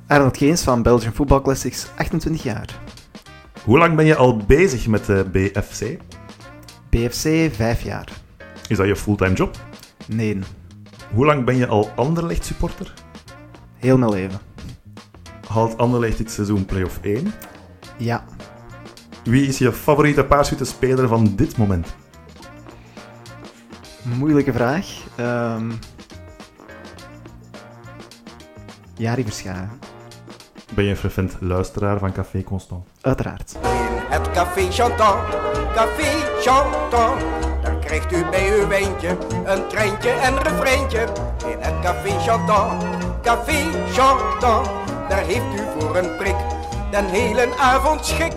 Arnold Geens van Belgian Football Classics, 28 jaar. Hoe lang ben je al bezig met de BFC? BFC, 5 jaar. Is dat je fulltime job? Nee. Hoe lang ben je al Anderlecht supporter? Heel mijn leven. Haalt Anderlecht dit seizoen play-off 1? Ja. Wie is je favoriete paarswitte speler van dit moment? Moeilijke vraag. Jari Verscharen. Ben je een frequent luisteraar van Café Constant? Uiteraard. In het Café Chantant, Café Chantant. Daar krijgt u bij uw wijntje een treintje en refreintje. In het Café Chantant, Café Chantant. Daar heeft u voor een prik den hele avond schik.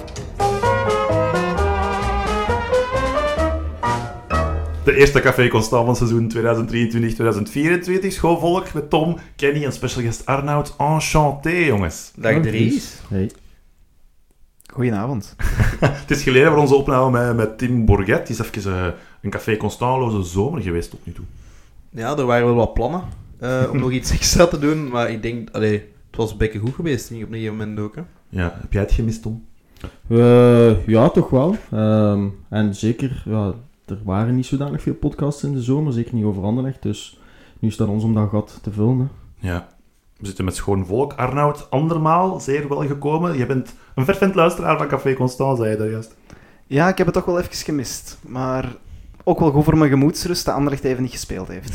De eerste Café Constant van seizoen 2023-2024. Schoolvolk met Tom, Kenny en special guest Arnoud. Enchanté, jongens. Dag Dries. Hey. Goedenavond. Het is geleden voor onze opname met Tim Bourget. Het is even een Café Constant-loze zomer geweest tot nu toe. Ja, er waren wel wat plannen om nog iets extra te doen, maar ik denk, het was bekken goed geweest, niet op een gegeven moment ook. Hè. Ja, heb jij het gemist, Tom? Ja, toch wel. En zeker, ja, er waren niet zodanig veel podcasts in de zomer, zeker niet over Anderlecht, dus nu staat ons om dat gat te vullen. Hè. Ja, we zitten met schoon volk. Arnoud, andermaal zeer wel gekomen. Je bent een fervent luisteraar van Café Constant, zei je daar juist. Ja, ik heb het toch wel even gemist. Maar ook wel goed voor mijn gemoedsrust dat Anderlecht even niet gespeeld heeft.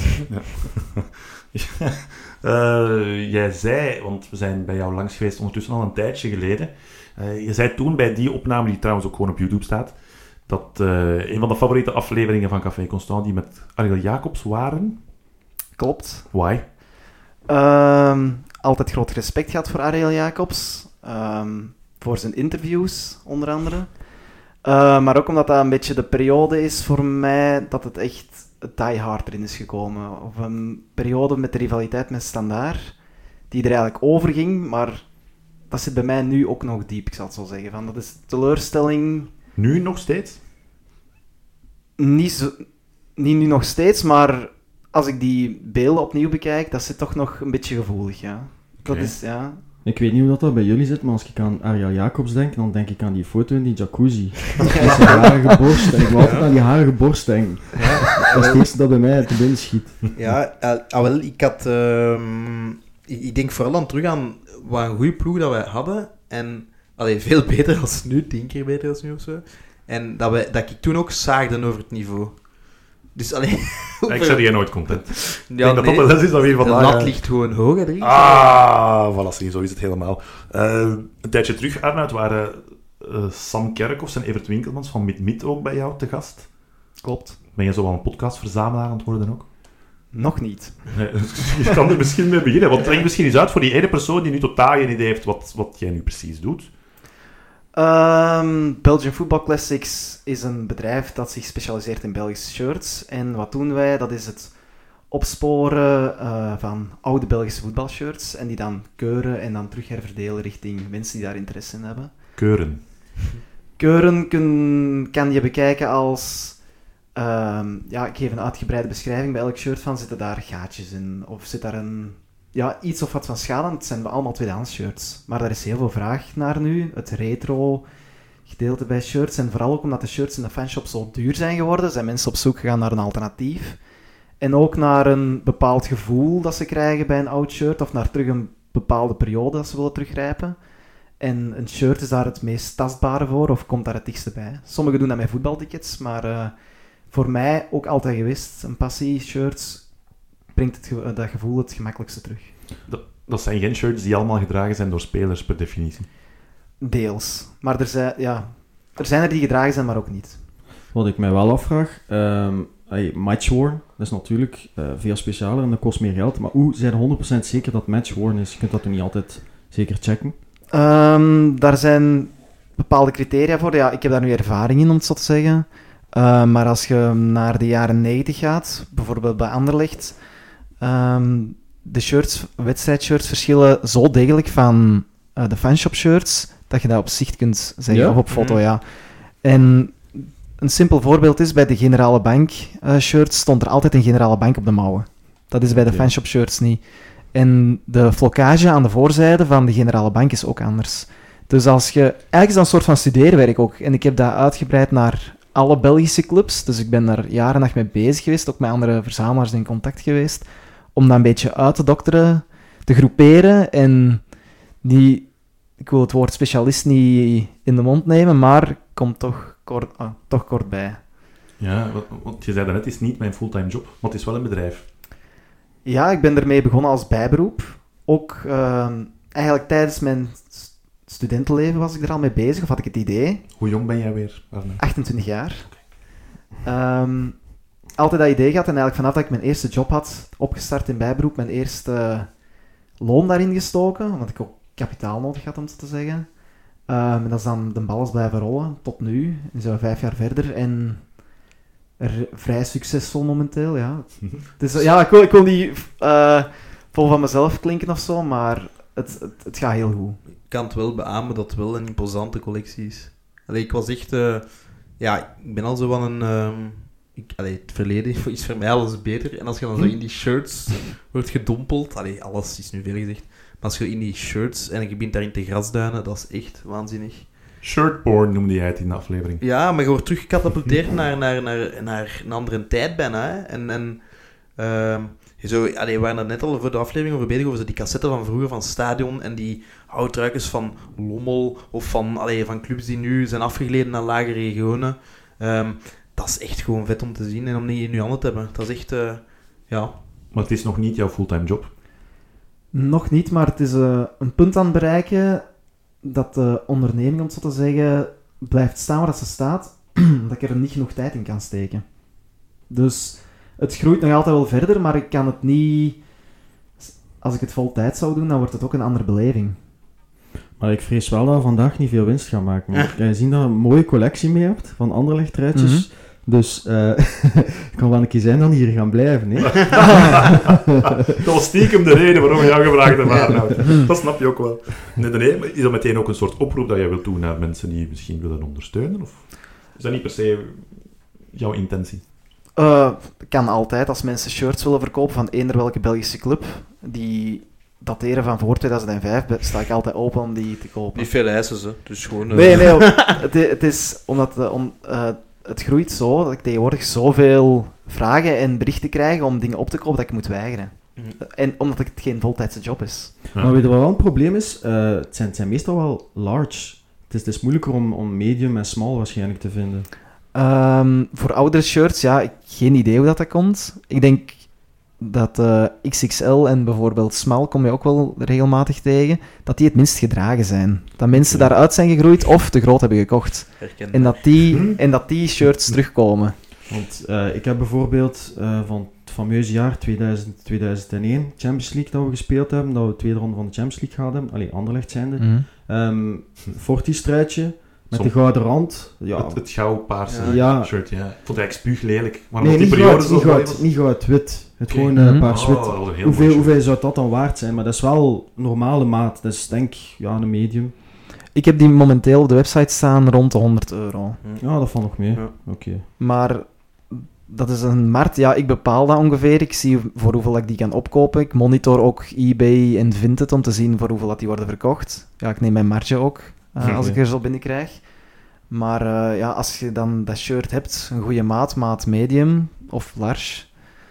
Jij zei, want we zijn bij jou langs geweest ondertussen al een tijdje geleden. Je zei toen bij die opname, die trouwens ook gewoon op YouTube staat, dat een van de favoriete afleveringen van Café Constant die met Ariel Jacobs waren. Klopt. Why? Altijd groot respect gehad voor Ariel Jacobs. Voor zijn interviews, onder andere. Maar ook omdat dat een beetje de periode is voor mij dat het echt die hard erin is gekomen. Of een periode met de rivaliteit met Standaard, die er eigenlijk overging, maar dat zit bij mij nu ook nog diep, ik zal het zo zeggen. Van, dat is teleurstelling. Nu nog steeds? Niet nu nog steeds, maar als ik die beelden opnieuw bekijk, dat zit toch nog een beetje gevoelig, ja. Dat is, ja... Ik weet niet hoe dat bij jullie zit, maar als ik aan Ariel Jacobs denk, dan denk ik aan die foto in die jacuzzi. Met zijn harige borst. En ik wil altijd aan die harige borst denken. Ja. Dat is het eerste dat bij mij te binnen schiet. Ja, wel, ik had... ik denk vooral dan terug aan wat een goede ploeg dat wij hadden. En veel beter als nu, 10 keer beter als nu of zo. En dat ik toen ook zaagde over het niveau. Dus alleen... Ik zeg jij nooit content. Ja, ik denk dat dat de les is dat we hier de vandaag... lat ligt gewoon hoog, hè, Dries. Voilà, zo is het helemaal. Een tijdje terug, Arnoud, waren Sam Kerkhoffs en Evert Winkelmans van Mid ook bij jou te gast. Klopt. Ben je zo wel een podcastverzamelaar aan het worden ook? Nog niet. Nee, je kan er misschien mee beginnen, want leg misschien eens uit voor die ene persoon die nu totaal geen idee heeft wat jij nu precies doet. Belgian Football Classics is een bedrijf dat zich specialiseert in Belgische shirts. En wat doen wij? Dat is het opsporen van oude Belgische voetbalshirts en die dan keuren en dan terug herverdelen richting mensen die daar interesse in hebben. Keuren. Keuren kan je bekijken als... ik geef een uitgebreide beschrijving. Bij elk shirt van zitten daar gaatjes in. Of zit daar iets of wat van schade. Het zijn allemaal tweedehands shirts. Maar daar is heel veel vraag naar nu. Het retro gedeelte bij shirts. En vooral ook omdat de shirts in de fanshop zo duur zijn geworden, zijn mensen op zoek gegaan naar een alternatief. En ook naar een bepaald gevoel dat ze krijgen bij een oud shirt. Of naar terug een bepaalde periode dat ze willen teruggrijpen. En een shirt is daar het meest tastbare voor. Of komt daar het dichtste bij. Sommigen doen dat met voetbaltickets. Maar voor mij ook altijd geweest. Een passie, shirts... brengt dat gevoel het gemakkelijkste terug. Dat zijn geen shirts die allemaal gedragen zijn door spelers per definitie. Deels. Maar er zijn er die gedragen zijn, maar ook niet. Wat ik mij wel afvraag... matchworn, dat is natuurlijk veel specialer en dat kost meer geld. Maar hoe zijn 100% zeker dat matchworn is? Je kunt dat toch niet altijd zeker checken? Daar zijn bepaalde criteria voor. Ja, ik heb daar nu ervaring in, om het zo te zeggen. Maar als je naar de jaren 90 gaat, bijvoorbeeld bij Anderlecht... de shirts, wedstrijdshirts verschillen zo degelijk van de fanshop shirts dat je dat op zicht kunt zeggen, of op foto, ja. En een simpel voorbeeld is, bij de Generale Bank shirts stond er altijd een Generale Bank op de mouwen. Dat is bij de fanshop shirts niet. En de flocage aan de voorzijde van de generale bank is ook anders. Dus eigenlijk is dat een soort van studeerwerk ook. En ik heb dat uitgebreid naar alle Belgische clubs. Dus ik ben daar jaren en nacht mee bezig geweest, ook met andere verzamelaars in contact geweest, om dat een beetje uit te dokteren, te groeperen en ik wil het woord specialist niet in de mond nemen, maar komt toch kort bij. Ja, want je zei daarnet, het is niet mijn fulltime job, maar het is wel een bedrijf. Ja, ik ben ermee begonnen als bijberoep. Ook eigenlijk tijdens mijn studentenleven was ik er al mee bezig, of had ik het idee. Hoe jong ben jij weer, Arne? 28 jaar. Altijd dat idee gehad en eigenlijk vanaf dat ik mijn eerste job had, opgestart in bijberoep, mijn eerste loon daarin gestoken, omdat ik ook kapitaal nodig had, om zo te zeggen. En dat is dan de bal is blijven rollen, tot nu. En zo 5 jaar verder en vrij succesvol momenteel, ja. Dus ja, ik wil niet vol van mezelf klinken of zo, maar het gaat heel goed. Ik kan het wel beamen dat het wel een imposante collectie is. Ik was echt... ik ben al zo van een... het verleden is voor mij alles beter. En als je dan zo in die shirts wordt gedompeld... alles is nu veel gezegd. Maar als je in die shirts en je begint daarin te grasduinen, dat is echt waanzinnig. Shirtporn noemde jij het in de aflevering. Ja, maar je wordt teruggecatapulteerd naar een andere tijd bijna. Hè. En we waren er net al voor de aflevering over bezig, over die cassetten van vroeger, van Stadion, en die houtruikers van Lommel, of van clubs die nu zijn afgegleden naar lagere regionen. Dat is echt gewoon vet om te zien en om die in je handen te hebben. Dat is echt, Maar het is nog niet jouw fulltime job? Nog niet, maar het is een punt aan het bereiken dat de onderneming, om het zo te zeggen, blijft staan waar ze staat, dat ik er niet genoeg tijd in kan steken. Dus het groeit nog altijd wel verder, maar ik kan het niet... Als ik het vol tijd zou doen, dan wordt het ook een andere beleving. Maar ik vrees wel dat we vandaag niet veel winst gaan maken. Want je ziet dat je een mooie collectie mee hebt van Anderlecht-truitjes. Mm-hmm. Dus het kan wel een keer zijn dat die hier gaan blijven. Hè? Dat was stiekem de reden waarom je jou gevraagd hebt, Arnoud. Dat snap je ook wel. Nee, maar is dat meteen ook een soort oproep dat jij wilt doen naar mensen die je misschien willen ondersteunen? Of is dat niet per se jouw intentie? Kan altijd. Als mensen shirts willen verkopen van eender welke Belgische club, die dateren van voor 2005, sta ik altijd open om die te kopen. Niet veel eisen ze, dus gewoon... Nee, het is omdat het groeit zo, dat ik tegenwoordig zoveel vragen en berichten krijg om dingen op te kopen dat ik moet weigeren. En omdat het geen voltijdse job is. Maar weet je wat wel een probleem is? Het zijn meestal wel large. Het is moeilijker om medium en small waarschijnlijk te vinden. Voor oudere shirts, ja, ik heb geen idee hoe dat komt. Ik denk dat XXL en bijvoorbeeld small kom je ook wel regelmatig tegen, dat die het minst gedragen zijn. Dat mensen daaruit zijn gegroeid of te groot hebben gekocht. En dat die shirts terugkomen. Want ik heb bijvoorbeeld van het fameuze jaar 2001 Champions League dat we gespeeld hebben, dat we de tweede ronde van de Champions League hadden, Anderlecht zijnde. Fortis-truitje met de gouden rand. Ja. Het goudpaarse shirt, ja. Ik vond het eigenlijk spuuglelijk. Maar nee, niet goud-wit. Het gewoon paars-wit. Hoeveel zou dat dan waard zijn? Maar dat is wel normale maat. Dat is denk ik een medium. Ik heb die momenteel op de website staan rond de €100. Ja, dat valt nog mee. Ja. Oké. Maar dat is een markt. Ja, ik bepaal dat ongeveer. Ik zie voor hoeveel ik die kan opkopen. Ik monitor ook eBay en Vinted om te zien voor hoeveel dat die worden verkocht. Ja, ik neem mijn marge ook, als ik er zo binnenkrijg. Maar als je dan dat shirt hebt, een goede maat medium of large,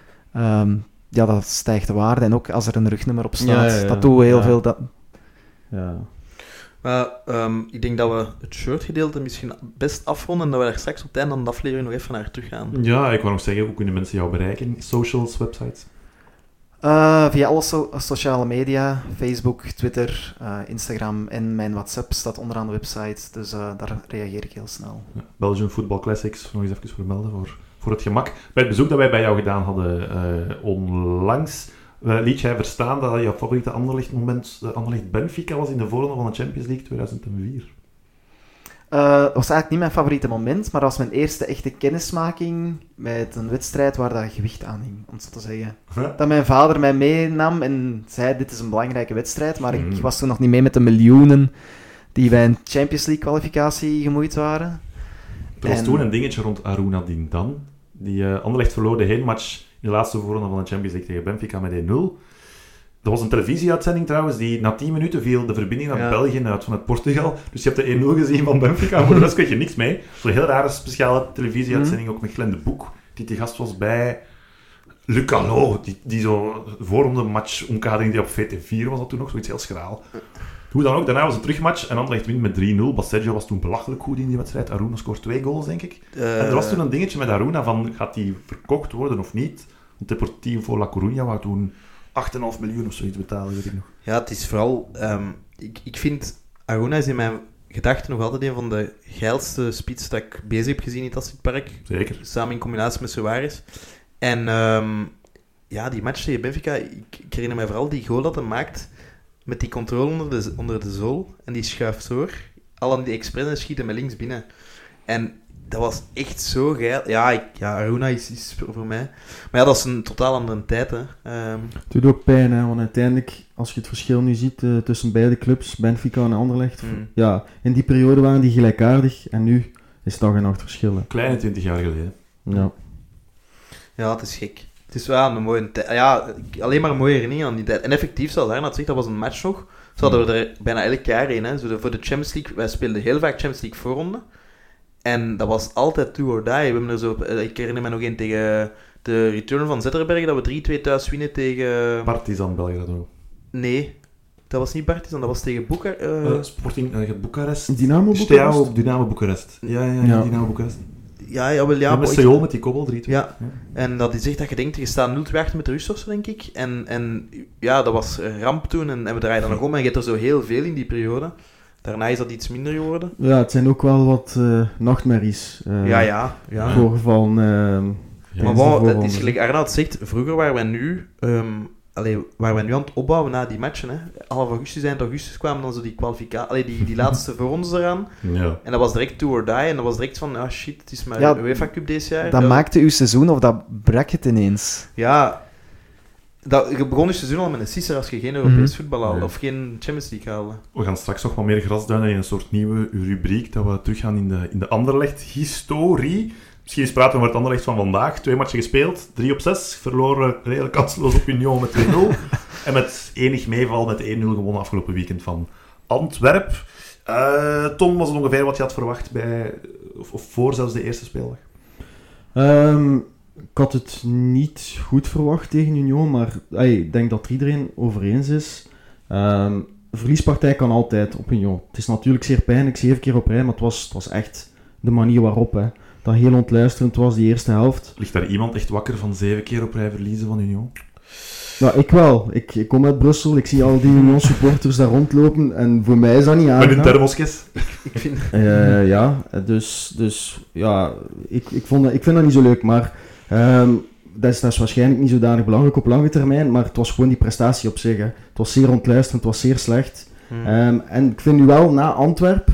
dat stijgt de waarde. En ook als er een rugnummer op staat, dat doet heel veel. Ja. Maar ik denk dat we het shirtgedeelte misschien best afronden en dat we daar straks op het einde van de aflevering nog even naar terug gaan. Ja, ik wou nog zeggen, hoe kunnen mensen jou bereiken? Socials, websites? Via alle sociale media, Facebook, Twitter, Instagram en mijn WhatsApp staat onderaan de website, dus daar reageer ik heel snel. Ja, Belgian Football Classics, nog eens even vermelden voor het gemak. Bij het bezoek dat wij bij jou gedaan hadden onlangs, liet jij verstaan dat jouw favoriete Anderlecht-moment Anderlecht-Benfica was in de voorronde van de Champions League 2004. Dat was eigenlijk niet mijn favoriete moment, maar dat was mijn eerste echte kennismaking met een wedstrijd waar dat gewicht aan hing, om het zo te zeggen. Dat mijn vader mij meenam en zei, dit is een belangrijke wedstrijd, maar ik was toen nog niet mee met de miljoenen die bij een Champions League kwalificatie gemoeid waren. Er was toen een dingetje rond Aruna Dindan. Die Anderlecht verloor de heenmatch in de laatste voorronde van de Champions League tegen Benfica met 1-0. Dat was een televisieuitzending trouwens, die na 10 minuten viel de verbinding naar België uit vanuit Portugal. Dus je hebt de 1-0 gezien van Benfica, voor de rest kreeg je niks mee. Zo'n heel rare speciale televisieuitzending, ook met Glenn de Boek, die te gast was bij Luc Allo, die zo voor de match omkadering die op VT4 was dat toen nog, zoiets heel schraal. Hoe dan ook, daarna was het terugmatch en Anderlecht wint met 3-0. Baseggio was toen belachelijk goed in die wedstrijd. Aruna scoort 2 goals, denk ik. En er was toen een dingetje met Aruna van, gaat die verkocht worden of niet? Want Deportivo La Coruña wou toen 8,5 miljoen of zoiets betalen, weet ik nog. Ja, het is vooral... ik vind... Aruna is in mijn gedachten nog altijd een van de geilste spits dat ik bezig heb gezien in het Astridpark. Zeker. Samen in combinatie met Suarez. En die match tegen Benfica, ik herinner mij vooral die goal dat hij maakt met die controle onder de zool. En die schuift door. Al aan die expres en schiet hem met links binnen. En dat was echt zo geil. Ja, Aruna is voor mij... Maar ja, dat is een totaal andere tijd, hè. Het doet ook pijn, hè, want uiteindelijk, als je het verschil nu ziet tussen beide clubs, Benfica en Anderlecht, ja, in die periode waren die gelijkaardig en nu is het dag en nacht verschillen. Kleine 20 jaar geleden. Ja. Ja, het is gek. Het is wel een mooie tijd. Ja, alleen maar een mooie herinnering aan die tijd. En effectief, zoals Arnoud zegt, dat was een match nog. Zo hadden we er bijna elk jaar een. Hè. Zo voor de Champions League, wij speelden heel vaak Champions League voorronde. En dat was altijd do or die. We hebben er zo, ik herinner me nog één tegen de return van Zetterberg, dat we 3-2 thuis winnen tegen... Partizan Belgrado. Nee, dat was niet Partizan, dat was tegen Sporting Boekarest. Dynamo Boekarest? Dynamo Boekarest. Ja, Dynamo Boekarest. Ja, met Seoul, met die koppel, 3-2. Ja, en dat is echt dat je denkt, je staat 0-2 achter met de rust of zo, denk ik. En ja, dat was een ramp toen en we draaien dan nog om en je hebt er zo heel veel in die periode. Daarna is dat iets minder geworden. Ja, het zijn ook wel wat nachtmerries voorgevallen. Maar wow, het is gelijk Arnoud zegt, vroeger waren wij nu... waar we nu aan het opbouwen na die matchen, hè. Half augustus, eind augustus kwamen dan zo die kwalificatie, die laatste voor ons eraan. Ja. En dat was direct do or die. En dat was direct van, shit, het is maar UEFA Cup deze jaar. Dat maakte uw seizoen of dat brak het ineens? Ja, je begon je seizoen al met een sisser als je geen Europees voetbal haalde of geen Champions League haalde. We gaan straks nog wat meer grasduinen in een soort nieuwe rubriek, dat we teruggaan in de Anderlecht-historie. Misschien eens praten over het Anderlecht van vandaag. 2 matchen gespeeld, 3-6. Verloren redelijk kansloos op Union met 2-0. En met enig meeval met 1-0 gewonnen afgelopen weekend van Antwerp. Tom, was het ongeveer wat je had verwacht bij, of voor zelfs de eerste speeldag? Ik had het niet goed verwacht tegen Union, maar ik denk dat iedereen over eens is. Verliespartij kan altijd op Union. Het is natuurlijk zeer pijnlijk, 7 keer op rij, maar het was echt de manier waarop... Hè. Dat heel ontluisterend was, die eerste helft. Ligt daar iemand echt wakker van 7 keer op rij verliezen van Union? Nou, ik wel. Ik kom uit Brussel, ik zie al die Union-supporters daar rondlopen en voor mij is dat niet aan. Met een thermoskes? Ik vind... Dus ja, ik vind dat niet zo leuk, maar dat is waarschijnlijk niet zodanig belangrijk op lange termijn, maar het was gewoon die prestatie op zich. Hè. Het was zeer ontluisterend, het was zeer slecht. En ik vind nu wel, na Antwerp...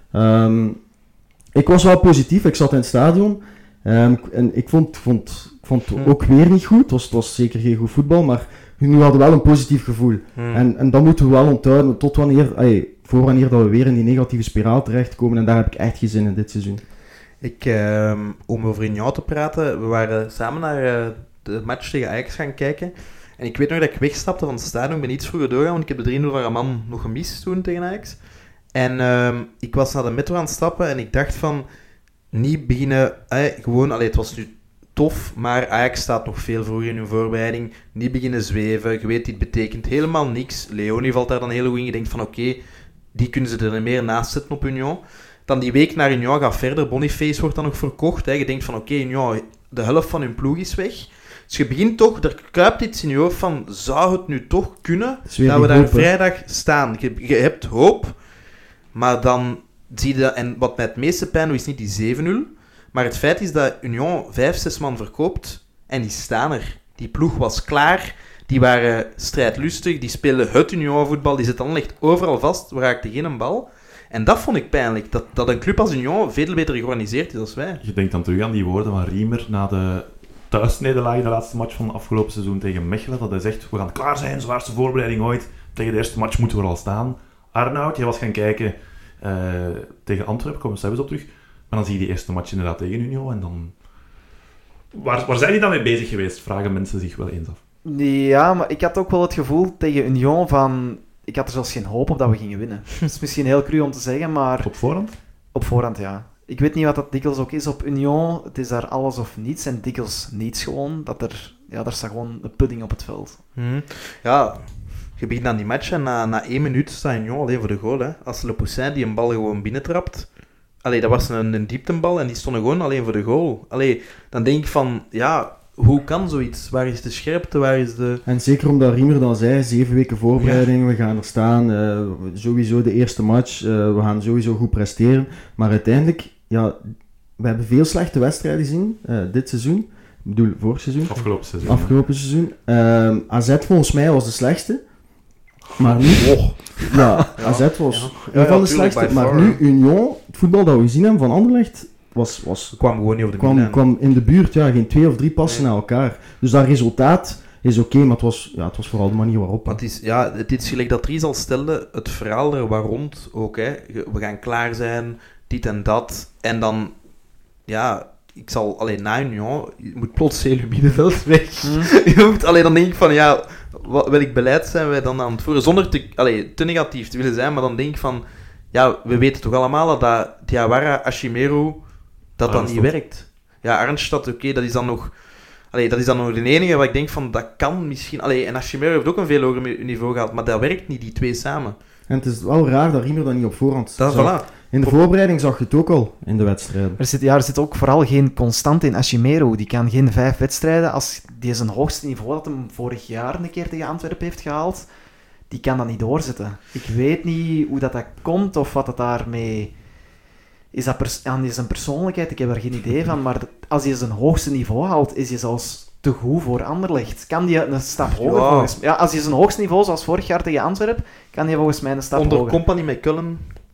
ik was wel positief, ik zat in het stadion en ik vond het ook weer niet goed. Het was zeker geen goed voetbal, maar nu hadden we wel een positief gevoel. En dat moeten we wel onthouden voor wanneer dat we weer in die negatieve spiraal terechtkomen. En daar heb ik echt geen zin in dit seizoen. Om over Union te praten, we waren samen naar de match tegen Ajax gaan kijken. En ik weet nog dat ik wegstapte van het stadion, ik ben iets vroeger doorgaan, want ik heb de 3-0 van Raman nog gemist toen tegen Ajax. En ik was naar de metro aan het stappen en ik dacht van, niet beginnen, het was nu tof, maar Ajax staat nog veel vroeger in hun voorbereiding, niet beginnen zweven, je weet, dit betekent helemaal niks. Leonie valt daar dan heel goed in, je denkt van oké, die kunnen ze er meer naast zetten op Union. Dan die week naar Union gaat verder, Boniface wordt dan nog verkocht, hè. Je denkt van oké, Union, de helft van hun ploeg is weg. Dus je begint toch, er kruipt iets in je hoofd van, zou het nu toch kunnen dat we daar vrijdag staan? Je hebt hoop. Maar dan zie je, en wat mij het meeste pijn doet, is niet die 7-0, maar het feit is dat Union 5-6 man verkoopt en die staan er. Die ploeg was klaar, die waren strijdlustig, die speelden het Union-voetbal, die zitten dan echt overal vast, we raakten geen bal. En dat vond ik pijnlijk, dat een club als Union veel beter georganiseerd is dan wij. Je denkt dan terug aan die woorden van Riemer na de thuisnederlaag in de laatste match van het afgelopen seizoen tegen Mechelen, dat hij zegt, we gaan klaar zijn, zwaarste voorbereiding ooit, tegen de eerste match moeten we er al staan. Arnoud, jij was gaan kijken tegen Antwerpen, komen we zelfs op terug. Maar dan zie je die eerste match inderdaad tegen Union en dan... Waar zijn die dan mee bezig geweest? Vragen mensen zich wel eens af. Ja, maar ik had ook wel het gevoel tegen Union van... Ik had er zelfs geen hoop op dat we gingen winnen. Dat is misschien heel cru om te zeggen, maar... Op voorhand? Op voorhand, ja. Ik weet niet wat dat dikwijls ook is op Union. Het is daar alles of niets en dikwijls niets gewoon. Daar staat gewoon een pudding op het veld. Ja, je begint aan die match en na 1 minuut staat Union alleen voor de goal. Hè. Als Le Poussin die een bal gewoon binnentrapt... Allee, dat was een dieptebal en die stonden gewoon alleen voor de goal. Allee, dan denk ik van... Ja, hoe kan zoiets? Waar is de scherpte? Waar is de... En zeker omdat Riemer dan zei, 7 weken voorbereiding, we gaan er staan, sowieso de eerste match, we gaan sowieso goed presteren. Maar uiteindelijk, ja, we hebben veel slechte wedstrijden gezien, dit seizoen. Ik bedoel, vorig seizoen. Afgelopen seizoen. AZ volgens mij was de slechtste. Maar nu... Ja, AZ was een van de slechtste. Maar nu, Union, het voetbal dat we gezien hebben van Anderlecht... kwam gewoon niet over de middenlijn. kwam in de buurt, ja, geen 2 of 3 passen naar elkaar. Dus dat resultaat is oké, maar het was vooral de manier waarop. Het is gelijk dat Ries al stelde, het verhaal er waar rond ook. Hè. We gaan klaar zijn, dit en dat. En dan, ja, ik zal alleen na Union, je moet plots heel je middenveld weg. Dan denk ik van, ja, welk beleid zijn wij dan aan het voeren? Zonder te negatief te willen zijn, maar dan denk ik van, ja, we weten toch allemaal dat Diawara, Ashimeru... dat niet werkt. Ja, Arnstad, oké, dat is dan nog... dat is dan nog de enige waar ik denk van, dat kan misschien... en Ashimeru heeft ook een veel hoger niveau gehad, maar dat werkt niet, die twee samen. En het is wel raar dat Riemer dat niet op voorhand zag. Voilà. In de voorbereiding zag je het ook al, in de wedstrijden. Er zit ook vooral geen constant in Ashimeru. Die kan geen 5 wedstrijden. Als die zijn hoogste niveau dat hem vorig jaar een keer tegen Antwerpen heeft gehaald, die kan dat niet doorzetten. Ik weet niet hoe dat komt, of wat het daarmee... Is dat aan zijn persoonlijkheid? Ik heb er geen idee van, maar als hij zijn hoogste niveau haalt, is hij zelfs te goed voor Anderlecht. Kan hij een stap hoger volgens mij? Ja, als hij zijn hoogste niveau, zoals vorig jaar tegen Antwerpen, kan hij volgens mij een stap hoger. Onder Company met Cullen.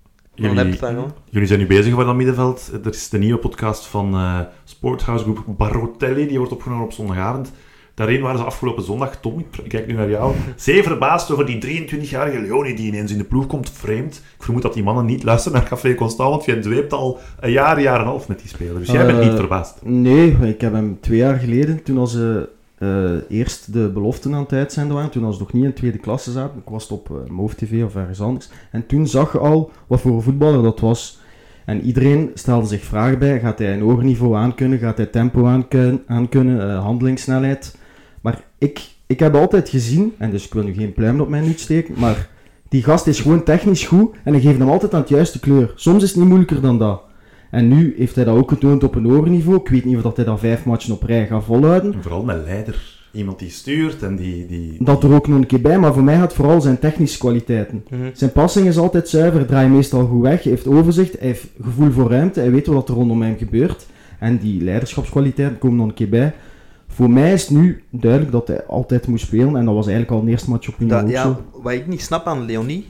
Jullie zijn nu bezig over dat middenveld. Er is de nieuwe podcast van Sporthouse Group Barotelli, die wordt opgenomen op zondagavond. Daarin waren ze afgelopen zondag, Tom, ik kijk nu naar jou, zeer verbaasd over die 23-jarige Leonie die ineens in de ploeg komt, vreemd. Ik vermoed dat die mannen niet luisteren naar Café Constant, want jij dweept al een jaar en een half met die speler. Dus jij bent niet verbaasd. Nee, ik heb hem 2 jaar geleden, toen ze eerst de beloften aan het uitzenden waren, toen ze nog niet in tweede klasse zaten, ik was het op Move TV of ergens anders, en toen zag je al wat voor een voetballer dat was. En iedereen stelde zich vragen bij, gaat hij een hoger niveau aankunnen, gaat hij tempo aankunnen, handelingssnelheid. Maar ik heb altijd gezien, en dus ik wil nu geen pluim op mijn hoed steken, maar die gast is gewoon technisch goed en hij geeft hem altijd aan het juiste kleur. Soms is het niet moeilijker dan dat. En nu heeft hij dat ook getoond op een hoger niveau. Ik weet niet of dat hij dat 5 matchen op rij gaat volhouden. En vooral met leider. Iemand die stuurt en die... Dat er ook nog een keer bij, maar voor mij gaat het vooral zijn technische kwaliteiten. Zijn passing is altijd zuiver, draait meestal goed weg, hij heeft overzicht, hij heeft gevoel voor ruimte, hij weet wat er rondom hem gebeurt. En die leiderschapskwaliteiten komen nog een keer bij. Voor mij is het nu duidelijk dat hij altijd moest spelen, en dat was eigenlijk al een eerste match op Union ook zo. Wat ik niet snap aan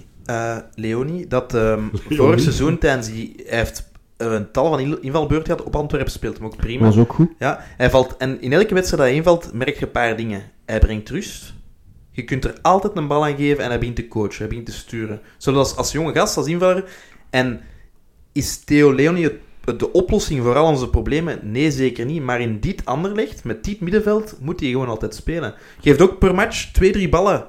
Leonie, dat vorig seizoen tijdens hij heeft een tal van invalbeurten gehad op Antwerpen, speelt hem ook prima. Dat was ook goed. Ja, hij valt, en in elke wedstrijd dat hij invalt, merk je een paar dingen. Hij brengt rust. Je kunt er altijd een bal aan geven en hij begint te coachen, hij begint te sturen. Zoals als jonge gast, als invaller. En is Theo Leonie de oplossing voor al onze problemen? Nee, zeker niet. Maar in dit Anderlecht, met dit middenveld, moet hij gewoon altijd spelen. Geeft ook per match 2-3 ballen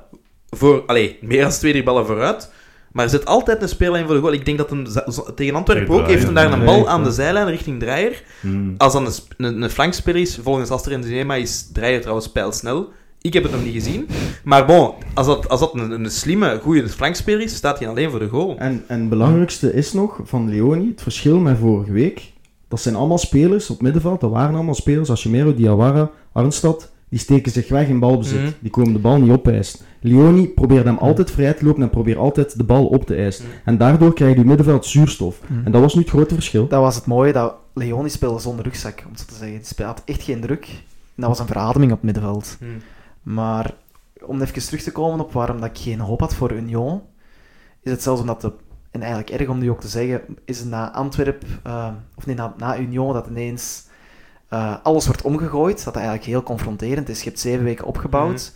meer dan 2-3 ballen vooruit. Maar zet altijd een speler in voor de goal. Ik denk dat hem tegen Antwerpen ook heeft hem daar een bal aan de zijlijn richting Dreyer. Als dan een flankspeler is, volgens Aster en Zinema is Dreyer trouwens pijlsnel. Ik heb het nog niet gezien. Maar bon, als dat een slimme, goede flankspeler is, staat hij alleen voor de goal. En het belangrijkste is nog van Leonie, het verschil met vorige week. Dat zijn allemaal spelers op middenveld. Dat waren allemaal spelers. Ashimeru, Diawara, Arnstad. Die steken zich weg in balbezit. Die komen de bal niet opeisen. Leonie probeert hem altijd vrij te lopen en probeert altijd de bal op te eisen. En daardoor krijg je middenveld zuurstof. En dat was nu het grote verschil. Dat was het mooie, dat Leonie speelde zonder rugzak, om zo te zeggen. Die had echt geen druk. En dat was een verademing op het middenveld. Maar om even terug te komen op waarom dat ik geen hoop had voor Union, is het zelfs omdat en eigenlijk erg om nu ook te zeggen, is het na Antwerpen, na Union, dat ineens alles wordt omgegooid, dat eigenlijk heel confronterend is. Je hebt 7 weken opgebouwd.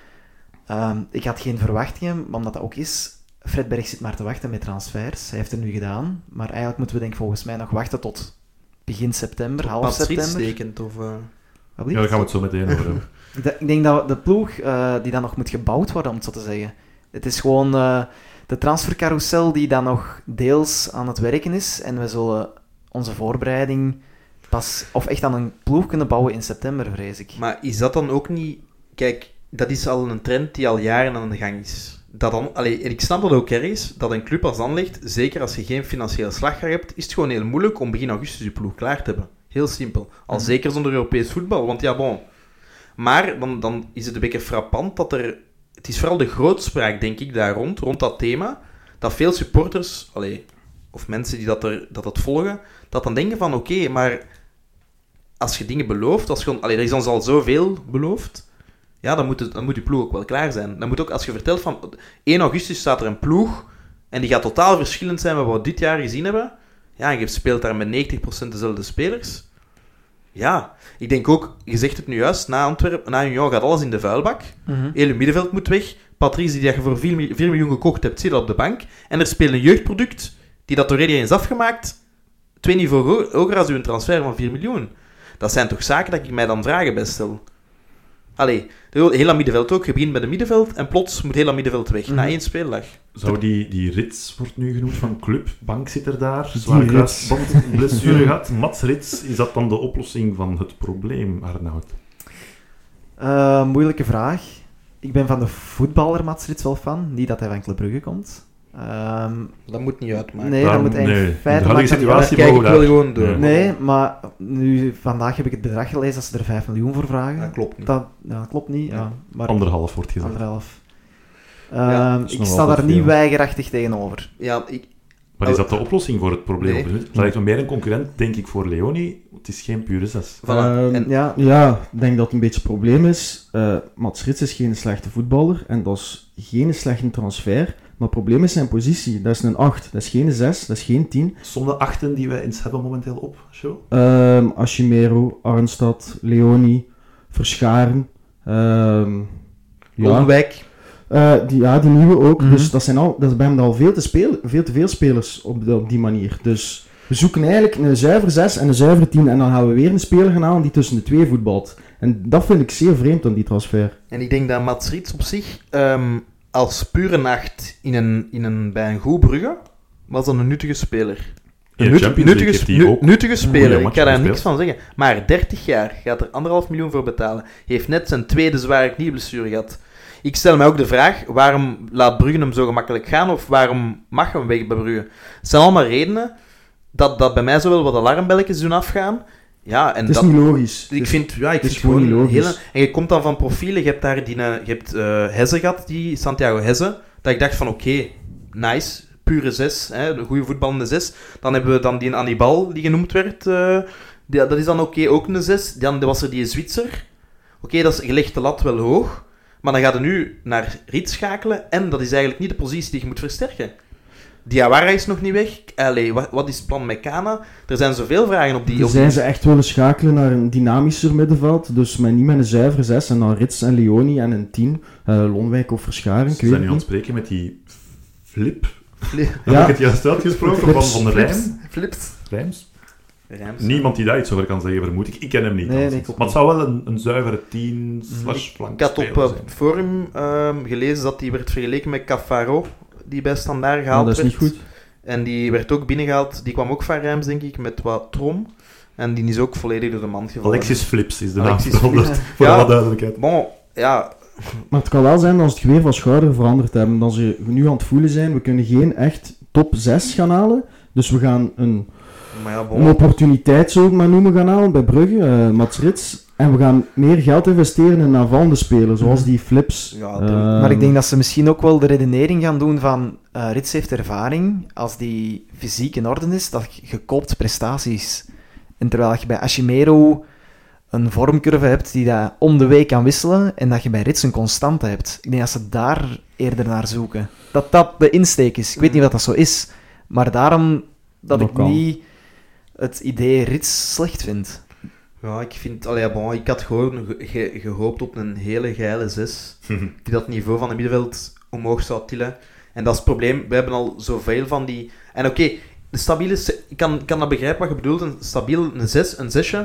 Ik had geen verwachtingen, maar omdat dat ook is, Fred Berg zit maar te wachten met transfers. Hij heeft het nu gedaan, maar eigenlijk moeten we volgens mij nog wachten tot begin september, half september. Stekend, of... Wat Ja, daar gaan we het zo meteen over hebben. Ik denk dat de ploeg die dan nog moet gebouwd worden, om het zo te zeggen. Het is gewoon de transfercarousel die dan nog deels aan het werken is. En we zullen onze voorbereiding pas, of echt aan een ploeg kunnen bouwen in september, vrees ik. Maar is dat dan ook niet... Kijk, dat is al een trend die al jaren aan de gang is. En ik snap dat ook ergens, dat een club als Anderlecht, zeker als je geen financiële slagkracht hebt, is het gewoon heel moeilijk om begin augustus je ploeg klaar te hebben. Heel simpel. Al zeker zonder Europees voetbal, want ja, bon. Maar dan is het een beetje frappant dat er... Het is vooral de grootspraak, denk ik, daar rond dat thema, dat veel supporters, of mensen die dat volgen, dat dan denken van, oké, maar als je dingen belooft, er is ons al zoveel beloofd, ja, dan moet je ploeg ook wel klaar zijn. Dan moet ook, als je vertelt van 1 augustus staat er een ploeg en die gaat totaal verschillend zijn met wat we dit jaar gezien hebben, ja, en je speelt daar met 90% dezelfde spelers. Ja, ik denk ook, je zegt het nu juist, na Union gaat alles in de vuilbak. Heel je middenveld moet weg. Patrice, die je voor 4 miljoen gekocht hebt, zit op de bank. En er speelt een jeugdproduct, die dat door iedereen is afgemaakt, 2 niveaus hoger als uw transfer van 4 miljoen. Dat zijn toch zaken dat ik mij dan vragen bij stel. Heel dat middenveld ook. Je begint met een middenveld en plots moet heel dat middenveld weg. Na 1 speeldag. Zou die Rits, wordt nu genoemd van club, bankzitter daar, zware kruisband, blessure gehad. Mats Rits, is dat dan de oplossing van het probleem, Arnoud? Moeilijke vraag. Ik ben van de voetballer Mats Rits wel fan, niet dat hij van Club Brugge komt. Dat moet niet uitmaken. Nee, dat moet eigenlijk feitelijk... situatie Kijk, ik wil gewoon door. Nee, maar nu, vandaag heb ik het bedrag gelezen dat ze er 5 miljoen voor vragen. Dat klopt niet. Dat klopt niet, ja. Maar 1,5 wordt gezegd. 1,5. Ik sta daar niet weigerachtig tegenover. Ja, Maar is dat de oplossing voor het probleem? Nee. Dat lijkt me meer een concurrent, denk ik, voor Leonie. Het is geen pure 6. Ja, ik denk dat het een beetje het probleem is. Mats Rits is geen slechte voetballer en dat is geen slechte transfer. Maar het probleem is zijn positie. Dat is een 8, dat is geen 6, dat is geen 10. Som de 8 die we eens hebben momenteel op, show? Achimero, Arnstad, Leonie, Verscharen. Onwijk. Die nieuwe ook. Dus dat zijn al veel te veel spelers op die manier. Dus we zoeken eigenlijk een zuiver 6 en een zuiver 10. En dan gaan we weer een speler gaan halen die tussen de 2 voetbalt. En dat vind ik zeer vreemd aan die transfer. En ik denk dat Mats Rits op zich, als pure 8 bij een goed Brugge, was dan een nuttige speler. Nuttige speler, ik kan daar niks van zeggen. Maar 30 jaar gaat er 1,5 miljoen voor betalen. Heeft net zijn tweede zware knieblessure gehad. Ik stel mij ook de vraag, waarom laat Brugge hem zo gemakkelijk gaan? Of waarom mag hem weg bij Brugge? Het zijn allemaal redenen dat bij mij zo wel wat alarmbelletjes doen afgaan. Ja, en het is niet logisch. Ik vind het gewoon niet logisch. En je komt dan van profielen, je hebt daar Hesse gehad, die Santiago Hesse, dat ik dacht van oké, nice, pure 6, een goede voetballende 6. Dan hebben we dan die Annibal, die genoemd werd, dat is dan ook een 6. Dan was er die Zwitser. Oké, dat is gelegd de lat wel hoog, maar dan gaat er nu naar Rits schakelen en dat is eigenlijk niet de positie die je moet versterken. Diawara is nog niet weg. Wat is het plan met Kana? Er zijn zoveel vragen op die... Zijn ze echt willen schakelen naar een dynamischer middenveld? Dus niet met een zuiver 6 en dan Rits en Leonie en een 10. Lonwijk of Verscharen, Ze zijn nu aan het spreken met die Flip. Ja. Heb ik het juist uitgesproken? Van de Rijms? Niemand die daar iets over kan zeggen, vermoed ik. Ik ken hem niet. Nee, maar het zou wel een zuivere 10/flank. Ik had op het forum gelezen dat die werd vergeleken met Cafaro, die bij Standaard gehaald werd. Dat is niet goed. En die werd ook binnengehaald. Die kwam ook van Rijms, denk ik, met wat trom. En die is ook volledig door de mand gevallen. Alexis Flips is de naam. Voor alle duidelijkheid. Bon, ja... Maar het kan wel zijn dat ze het geweer van schouder veranderd hebben. Dat ze nu aan het voelen zijn, we kunnen geen echt top 6 gaan halen. Dus we gaan een opportuniteit, zou ik maar noemen, gaan halen bij Brugge, Mats Rits. En we gaan meer geld investeren in aanvallende spelers, zoals die Flips. Ja, maar ik denk dat ze misschien ook wel de redenering gaan doen van Rits heeft ervaring, als die fysiek in orde is, dat je koopt prestaties. En terwijl je bij Achimero een vormcurve hebt die dat om de week kan wisselen en dat je bij Rits een constante hebt. Ik denk dat ze daar eerder naar zoeken. Dat de insteek is. Ik weet niet wat dat zo is, maar daarom dat ik niet het idee Rits slecht vind. Ja, ik vind... ik had gewoon gehoopt op een hele geile 6, die dat niveau van het middenveld omhoog zou tillen. En dat is het probleem. We hebben al zoveel van die... En oké, de stabiele... Ik kan dat begrijpen wat je bedoelt. Een stabiel, een 6, een 6'je,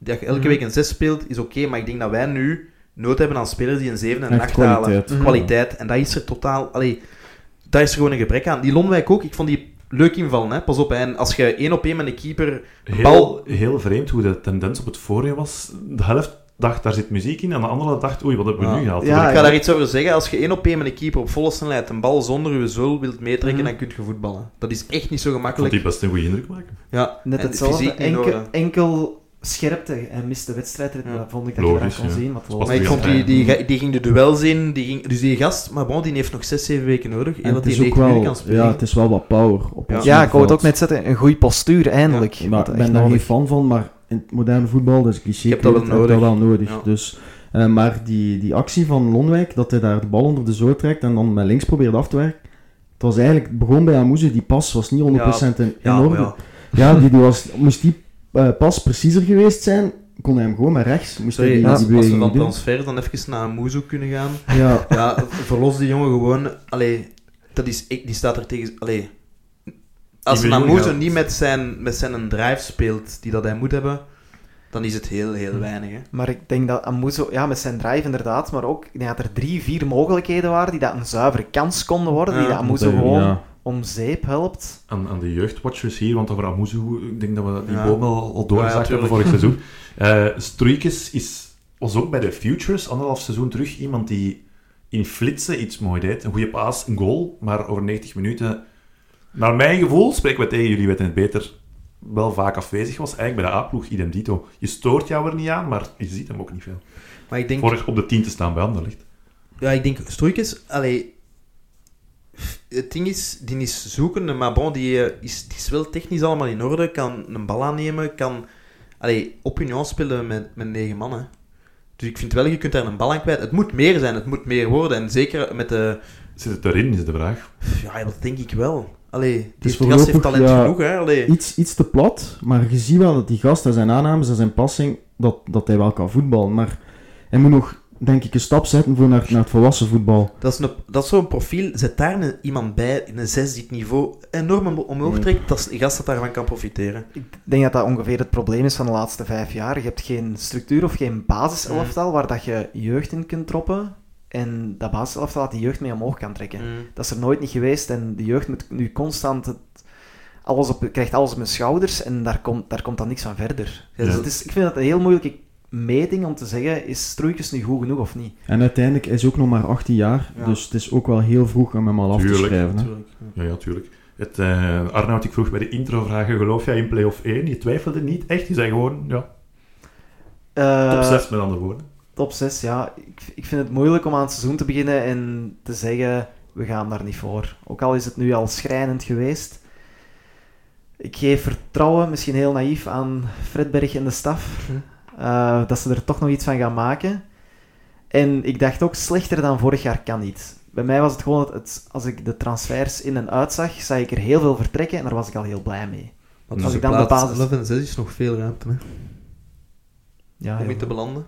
Dat je elke week een 6 speelt, is oké, maar ik denk dat wij nu nood hebben aan spelers die een 7 en een Echt 8 halen. kwaliteit. Kwaliteit. En dat is er totaal... daar is er gewoon een gebrek aan. Die Lonwijk ook, ik vond die leuk invallen, hè. Pas op, hè. En als je 1-op-1 met een keeper... Heel vreemd hoe de tendens op het voorjaar was. De helft dacht, daar zit muziek in, en de andere dacht, oei, wat hebben we nu gehaald? Ja, Ik ga daar iets over zeggen. Als je 1-op-1 met een keeper op volle snelheid een bal zonder je zool wilt meetrekken, dan kun je voetballen. Dat is echt niet zo Ik vond gemakkelijk. die best een goede indruk maken. Ja, Net en hetzelfde, fysiek niet nodig. enkel scherpte en miste wedstrijdritme, Ja. vond ik dat Logisch, je eraan kon ja. zien. Wat Pas Maar ik vond die ging de duels in, dus die gast, maar bon, die heeft nog 6-7 weken nodig. En Dat het hij is ook 90 minuten wel, kan spelen. ja, het is wel wat power op ons Ja, ik wou het middenveld. ook net zetten. Een goede postuur, eindelijk. Maar Wat ik echt ben daar geen nodig. fan van, maar in het moderne voetbal, dus cliché, Je hebt dat wel heb je nodig. wel nodig. Ja. Dus, maar die actie van Lonwijk, dat hij daar de bal onder de zool trekt en dan met links probeert af te werken, het was eigenlijk, het begon bij Amouzou, die pas was niet 100% in orde. Ja. Ja, moest die pas preciezer geweest zijn, kon hij hem gewoon met rechts. Moest hij Sorry, die als we beweging van doen. transfer dan even naar Muzo kunnen gaan. Ja, Ja, verlos die jongen gewoon. Dat is, die staat er tegen. Als Die een miljoen Muzo geld. niet met zijn drive speelt die dat hij moet hebben, dan is het heel weinig. Hè. Maar ik denk dat Amouzou, ja, met zijn drive inderdaad, maar ook, ik denk dat er 3-4 mogelijkheden waren die dat een zuivere kans konden worden, die Ja, dat Amouzou gewoon ja. om zeep helpt. Aan de jeugdwatchers hier, want over Amouzou, ik denk dat we die Ja. boom al doorgezakt Ja, hebben vorig seizoen. Struikens was ook bij de Futures, 1,5 seizoen terug, iemand die in flitsen iets mooi deed. Een goede paas, een goal, maar over 90 minuten, naar mijn gevoel, spreken we tegen jullie, weten het beter, wel vaak afwezig was. Eigenlijk bij de A-ploeg, idem dito. Je stoort jou er niet aan, maar je ziet hem ook niet veel. Maar ik denk. Vorig op de 10 te staan bij Anderlecht. Ja, ik denk Struikens, het ding is, die is zoekende, maar bon, die is wel technisch allemaal in orde, kan een bal aannemen, kan op Union spelen met 9 man. Hè. Dus ik vind wel, je kunt daar een bal aan kwijt. Het moet meer zijn, het moet meer worden. En zeker met de... Zit het erin, is de vraag. Ja, dat denk ik wel. Die is gast heeft voorlopig, talent ja, genoeg, hè. iets te plat, maar je ziet wel dat die gast en zijn aannames en zijn passing, dat hij wel kan voetballen. Maar hij moet nog, denk ik, een stap zetten voor naar het volwassen voetbal. Dat is zo'n profiel. Zet daar iemand bij, in een 6 die het niveau enorm omhoog trekt, dat is een gast dat daarvan kan profiteren. Ik denk dat dat ongeveer het probleem is van de laatste 5 jaar. Je hebt geen structuur of geen basiselftal waar dat je jeugd in kunt droppen. En dat basiselftal dat die jeugd mee omhoog kan trekken. Dat is er nooit niet geweest. En de jeugd moet nu constant... krijgt alles op hun schouders en daar komt dan niks van verder. Ja. Dus ik vind dat een heel moeilijke meting om te zeggen, is Struikens nu goed genoeg of niet? En uiteindelijk is hij ook nog maar 18 jaar, Ja. dus het is ook wel heel vroeg om hem al af te Tuurlijk, schrijven. Hè. Natuurlijk. Ja, tuurlijk. Arnoud, ik vroeg bij de intro-vragen, geloof jij in play-off 1? Je twijfelde niet echt, je zei gewoon, ja, top 6 met andere woorden. Top 6, ja. Ik vind het moeilijk om aan het seizoen te beginnen en te zeggen, we gaan daar niet voor. Ook al is het nu al schrijnend geweest. Ik geef vertrouwen, misschien heel naïef, aan Fredberg en de staf. Dat ze er toch nog iets van gaan maken. En ik dacht ook, slechter dan vorig jaar kan niet. Bij mij was het gewoon, als ik de transfers in en uit zag ik er heel veel vertrekken en daar was ik al heel blij mee. Want Als tussen ik dan de plaats basis... 11 en 6 is nog veel ruimte, hè, Ja, om heel in te veel. belanden.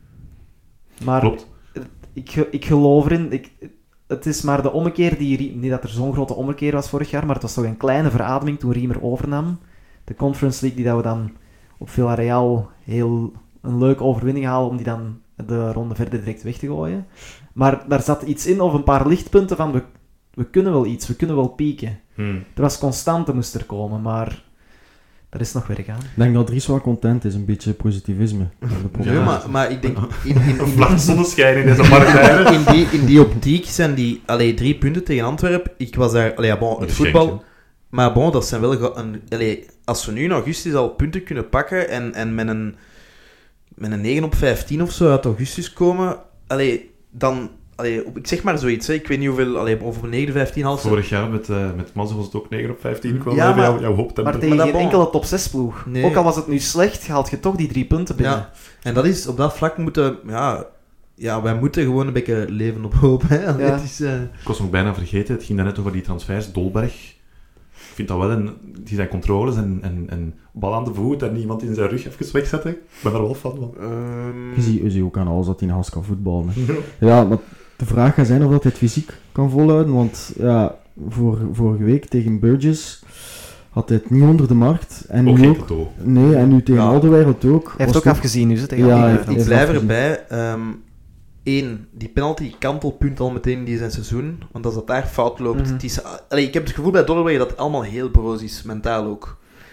Maar Klopt. ik geloof erin. Het is maar de ommekeer niet dat er zo'n grote ommekeer was vorig jaar, maar het was toch een kleine verademing toen Riemer overnam. De Conference League, die dat we dan op Villarreal heel een leuke overwinning halen om die dan de ronde verder direct weg te gooien. Maar daar zat iets in, of een paar lichtpunten van we kunnen wel iets, we kunnen wel pieken. Er was constante moest er komen, maar er is nog werk aan. Ik denk dat Dries wel content is, een beetje positivisme. Ja, maar ik denk... Een vlag zonneschijn in deze marktijden. In die optiek zijn die 3 punten tegen Antwerpen. Ik was daar... het voetbal... Maar bon, dat zijn wel... als we nu in augustus al punten kunnen pakken en met een 9 op 15 of zo uit augustus komen, dan... ik zeg maar zoiets, hè. Ik weet niet hoeveel... over 9, 15, half... Vorig jaar met Mazzel was het ook 9 op 15 kwam. Ja, maar- jouw hoop Maar temper. tegen dat geen bon. enkele top 6 ploeg. Nee. Ook al was het nu slecht, haalt je toch die 3 punten binnen. Ja, en dat is... Op dat vlak moeten... Ja, wij moeten gewoon een beetje leven op hoop, hè. Ja. Het is... Ik was nog bijna vergeten, het ging daarnet over die transfers. Dolberg, ik vind dat wel die zijn controles en bal aan de voet en iemand in zijn rug even wegzetten. Ik ben er wel van. Je ziet ook aan alles dat hij een has kan voetballen. Hè. Ja, maar de vraag gaat zijn of dat hij het fysiek kan volhouden, want ja, vorige week tegen Burgess had hij het niet onder de markt. En Ook nu geen ook. Toto. Nee, en nu tegen Ja. Alderweireld ook. Hij heeft Was ook het afgezien nu, tegen Ja, Alderweireld. hij Ik heeft blijf afgezien. erbij. Eén, die penalty kantelpunt al meteen in zijn seizoen. Want als dat daar fout loopt... Mhm. Het is, ik heb het gevoel bij Dolberg dat het allemaal heel broos is, mentaal ook.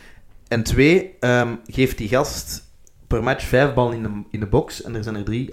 En 2, geeft die gast per match 5 ballen in de box. En er zijn er 3...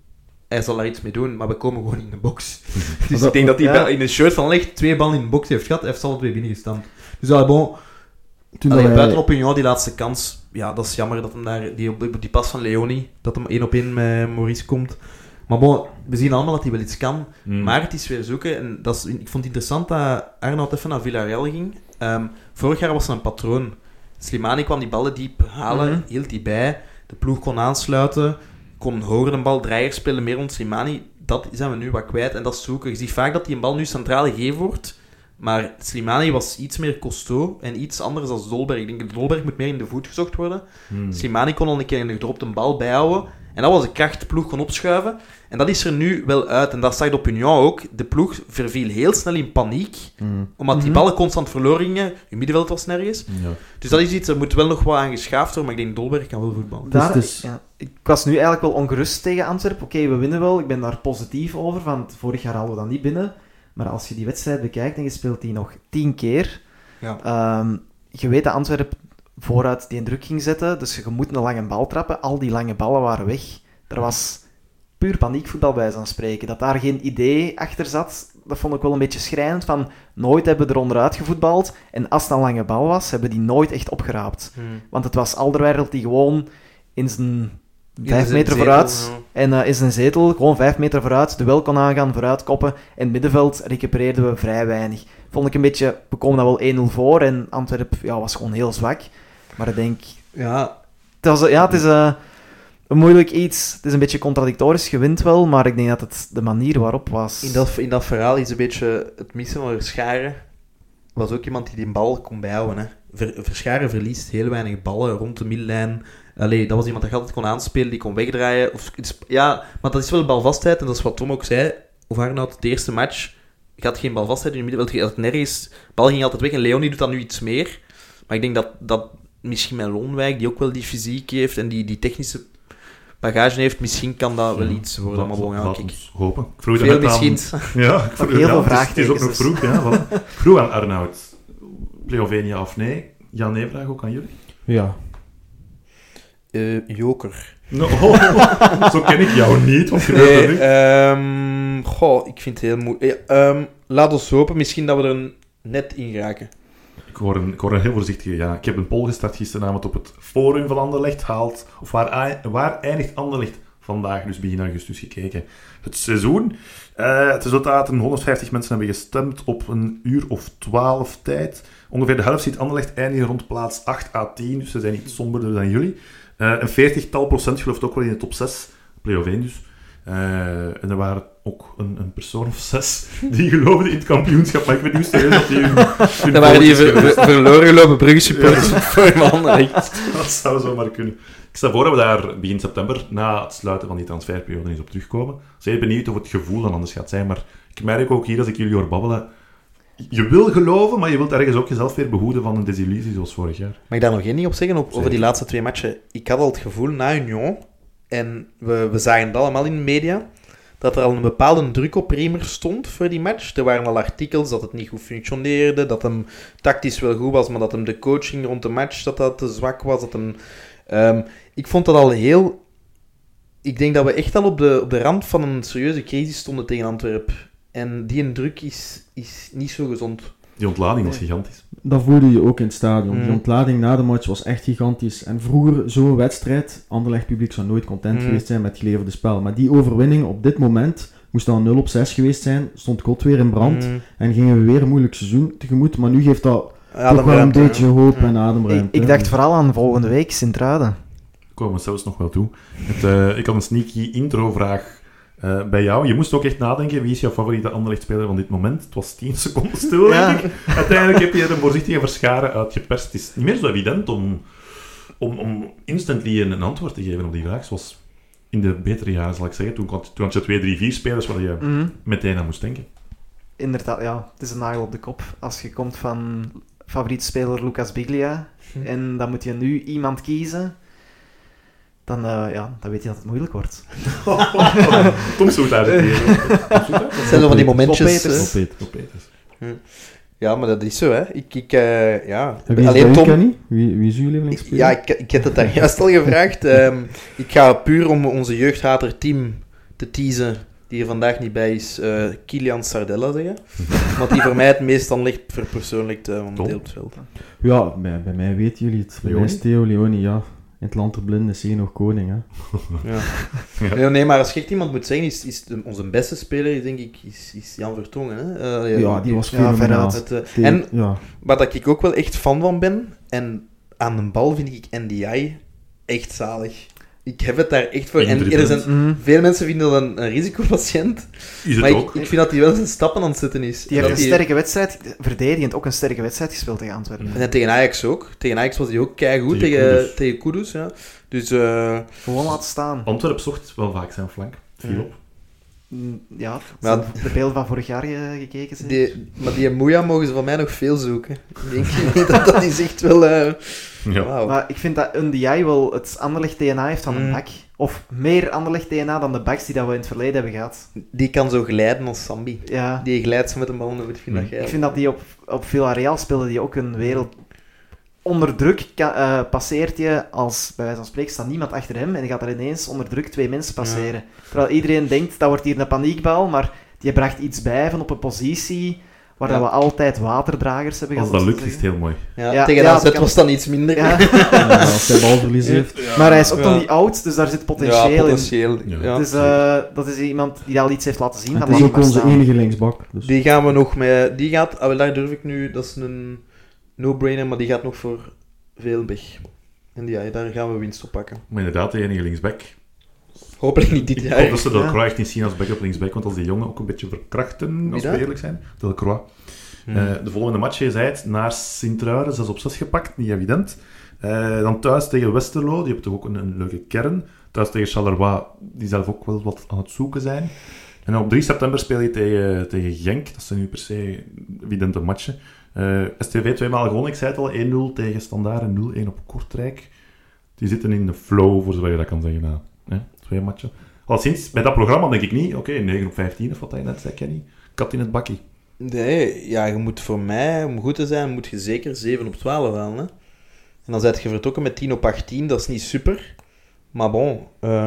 Hij zal daar iets mee doen, maar we komen gewoon in de box. Dus ik denk dat hij Ja. in een shirt van Ligt 2 ballen in de box heeft gehad. Hij heeft alle 2 binnengestaan. Dus bon... Toen dat hij- Buitenop Union, die laatste kans... Ja, dat is jammer dat hem daar... Die pas van Leoni, dat hem 1-op-1 met Maurice komt. Maar bon, we zien allemaal dat hij wel iets kan. Maar het is weer zoeken. En dat is, ik vond het interessant dat Arnoud even naar Villarreal ging. Vorig jaar was er een patroon. Slimani kwam die ballen diep halen, hield die bij. De ploeg kon aansluiten, kon hoger een bal, draaiers spelen meer rond Slimani. Dat zijn we nu wat kwijt en dat is zoeken. Je ziet vaak dat die een bal nu centraal gegeven wordt. Maar Slimani was iets meer costaud en iets anders dan Dolberg. Ik denk dat Dolberg moet meer in de voet gezocht worden. Slimani kon al een keer in de gedropte bal bijhouden. En dat was de kracht de ploeg kon opschuiven. En dat is er nu wel uit. En dat zag je op Union ook. De ploeg verviel heel snel in paniek. Omdat die ballen constant verloren gingen. Je middenveld was nergens. Ja. Dus dat is iets, er moet wel nog wat aan geschaafd worden. Maar ik denk Dolberg kan wel voetballen. Daar, Dus- ja, ik was nu eigenlijk wel ongerust tegen Antwerpen. Oké, we winnen wel. Ik ben daar positief over, want vorig jaar hadden we dat niet binnen. Maar als je die wedstrijd bekijkt en je speelt die nog 10 keer... Ja. Je weet dat Antwerpen vooruit die druk ging zetten, dus je moet een lange bal trappen. Al die lange ballen waren weg. Er was puur paniekvoetbal bij zo'n spreken. Dat daar geen idee achter zat, dat vond ik wel een beetje schrijnend. Van, nooit hebben we er onderuit gevoetbald. En als het een lange bal was, hebben die nooit echt opgeraapt. Want het was Alderweireld die gewoon in zijn 5 meter vooruit... En in zijn zetel, gewoon 5 meter vooruit, de wel kon aangaan, vooruit koppen. En in het middenveld recupereerden we vrij weinig. Vond ik een beetje, we komen dat wel 1-0 voor en Antwerpen was gewoon heel zwak. Maar ik denk, Ja, het is een moeilijk iets. Het is een beetje contradictorisch, je wint wel, maar ik denk dat het de manier waarop was. in dat verhaal is een beetje het missen van Verscharen. Was ook iemand die bal kon bijhouden. Hè. Verscharen verliest heel weinig ballen rond de middenlijn. Dat was iemand dat je altijd kon aanspelen, die kon wegdraaien. Maar dat is wel balvastheid. En dat is wat Tom ook zei over Arnoud. De eerste match, je had geen balvastheid in je middenveld. Je had nergens... De bal ging altijd weg. En Leonie doet dat nu iets meer. Maar ik denk dat misschien met Loonwijk, die ook wel die fysiek heeft en die technische bagage heeft, misschien kan dat wel iets worden. Maar bon, Laat kijk. ons hopen. Ik vroeg Veel net aan- misschien. Ja, ik vroeg, heel veel het is ook vraagtekens nog dus. vroeg. Ja, voilà. Ik vroeg aan Arnoud. Play-off of nee? Jan, nee, vraag ook aan jullie. Ja. Joker. No, zo ken ik jou niet. Wat gebeurt er nu? Ik vind het heel moeilijk. Laat ons hopen, misschien dat we er net in geraken. Ik hoor een heel voorzichtige ja. Ik heb een poll gestart gisteravond op het forum van Anderlecht. Waar eindigt Anderlecht vandaag, dus begin augustus, gekeken. Het seizoen. Het resultaat, 150 mensen hebben gestemd op een uur of 12 tijd. Ongeveer de helft ziet Anderlecht eindigen rond plaats 8 à 10, dus ze zijn iets somberder dan jullie. Een 40-tal procent gelooft ook wel in de top 6, play-off 1 dus. En er waren ook een persoon of 6 die geloofden in het kampioenschap, maar ik weet niet hoe serieus dat die hun Dan waren die vote is geweest. verloren gelopen Brugge-supporters voor Anderlecht. Dat zou zomaar kunnen. Ik stel voor dat we daar begin september, na het sluiten van die transferperiode, eens op terugkomen. Zeer benieuwd of het gevoel dan anders gaat zijn, maar ik merk ook hier, als ik jullie hoor babbelen, je wil geloven, maar je wilt ergens ook jezelf weer behoeden van een desillusie zoals vorig jaar. Mag ik daar nog één ding op zeggen, over Zeker. die laatste 2 matchen? Ik had al het gevoel, na Union, en we zagen het allemaal in de media, dat er al een bepaalde druk op Riemer stond voor die match. Er waren al artikels dat het niet goed functioneerde, dat hem tactisch wel goed was, maar dat hem de coaching rond de match dat te zwak was. Dat hem, ik vond dat al heel... Ik denk dat we echt al op de rand van een serieuze crisis stonden tegen Antwerpen. En die druk is niet zo gezond. Die ontlading was gigantisch. Dat voelde je ook in het stadion. Mm. Die ontlading na de match was echt gigantisch. En vroeger, zo'n wedstrijd, Anderlecht publiek zou nooit content geweest zijn met het geleverde spel. Maar die overwinning op dit moment, moest dan 0-6 geweest zijn, stond God weer in brand. En gingen we weer een moeilijk seizoen tegemoet. Maar nu geeft dat toch wel een beetje hoop en ademruimte. Ik dacht vooral aan volgende week, Sint-Truiden. Komen we zelfs nog wel toe. Ik had een sneaky intro-vraag bij jou. Je moest ook echt nadenken, wie is jouw favoriete Anderlecht-speler van dit moment? Het was 10 seconden stil, Ja. denk ik. Uiteindelijk heb je er een voorzichtige Verscharen uitgeperst. Het is niet meer zo evident om instantly een antwoord te geven op die vraag, zoals in de betere jaren, zal ik zeggen. Toen had je 2, 3, 4 spelers waar je meteen aan moest denken. Inderdaad, ja. Het is een nagel op de kop. Als je komt van favoriete speler Lucas Biglia. En dan moet je nu iemand kiezen. Dan weet je dat het moeilijk wordt. Tom Soetaert. Dat zijn zo van die momentjes. Top Peters. Ja, maar dat is zo, hè. Wie is Alleen Tom... Tom... Wie is uw lievelingsspeler? Ja, ik heb het daar juist al gevraagd. Ik ga puur om onze jeugdhater team te teasen, die er vandaag niet bij is, Kilian Sardella zeggen. Want die voor mij het meest dan ligt verpersoonlijkt momenteel op het veld. Ja, bij mij weten jullie het. Bij mij is Theo Leoni, ja. In het land der blinden is hij nog koning, hè. Ja. Nee, maar als je echt iemand moet zeggen, is onze beste speler, denk ik, is Jan Vertongen. Hè? Die was fenomenaal. Waar dat ik ook wel echt fan van ben, en aan de bal vind ik NDI echt zalig. Ik heb het daar echt voor. En er zijn veel mensen vinden dat een risicopatiënt. Is het maar ook? ik vind dat hij wel zijn stappen aan het zetten is. Die heeft een sterke wedstrijd, verdedigend ook een sterke wedstrijd gespeeld tegen Antwerpen. En tegen Ajax ook. Tegen Ajax was hij ook keigoed, tegen Kudus. Ja. Dus, gewoon laten staan. Antwerpen zocht wel vaak zijn flank. Viel op. Ja, de beelden van vorig jaar gekeken zijn. Maar die Mouya mogen ze van mij nog veel zoeken. Ik denk dat is echt wel... Wow. Maar ik vind dat NDI wel het Anderlecht-DNA heeft van een bak. Of meer Anderlecht-DNA dan de backs die dat we in het verleden hebben gehad. Die kan zo glijden als Sambi. Ja. Die glijdt zo met een bal. Ik vind dat die op Villarreal speelde die ook een wereld... Onder druk passeert je, als bij wijze van spreken staat niemand achter hem en die gaat er ineens onder druk 2 mensen passeren. Ja. Terwijl iedereen denkt, dat wordt hier een paniekbal, maar die bracht iets bij van op een positie waar dat we altijd waterdragers hebben gehad. Als dat lukt, is het heel mooi. Ja, tegen AZ was dan iets minder. Ja. Als hij balverlies heeft. Ja. Maar hij is ook nog niet oud, dus daar zit potentieel in. Ja. Dus dat is iemand die al iets heeft laten zien. Het is ook onze enige linksbak. Dus. Die gaan we nog mee... Die gaat... daar durf ik nu... Dat is een... no-brainer, maar die gaat nog voor veel weg. En daar gaan we winst op pakken. Maar inderdaad, de enige linksback. Hopelijk niet dit jaar. Ik hoop dat ze Delcroix echt niet zien als backup linksback, want als die jongen ook een beetje verkrachten, als we eerlijk zijn. Delcroix. De volgende match, je zei het, naar Sint-Truiden, 6-6 gepakt, niet evident. Dan thuis tegen Westerlo, die hebben toch ook een leuke kern. Thuis tegen Charleroi, die zelf ook wel wat aan het zoeken zijn. En op 3 september speel je tegen Genk, dat zijn nu per se evidente matchen. STV 2 maal gewonnen, ik zei het al, 1-0 tegen Standaard en 0-1 op Kortrijk. Die zitten in de flow, voor zover je dat kan zeggen, na 2 matchen. Alleszins, bij dat programma denk ik niet, 9 op 15 of wat hij net zei, Kenny. Kat in het bakkie. Nee, ja, je moet voor mij, om goed te zijn, moet je zeker 7 op 12 halen. Hè? En dan ben je vertrokken met 10 op 18, dat is niet super. Maar bon...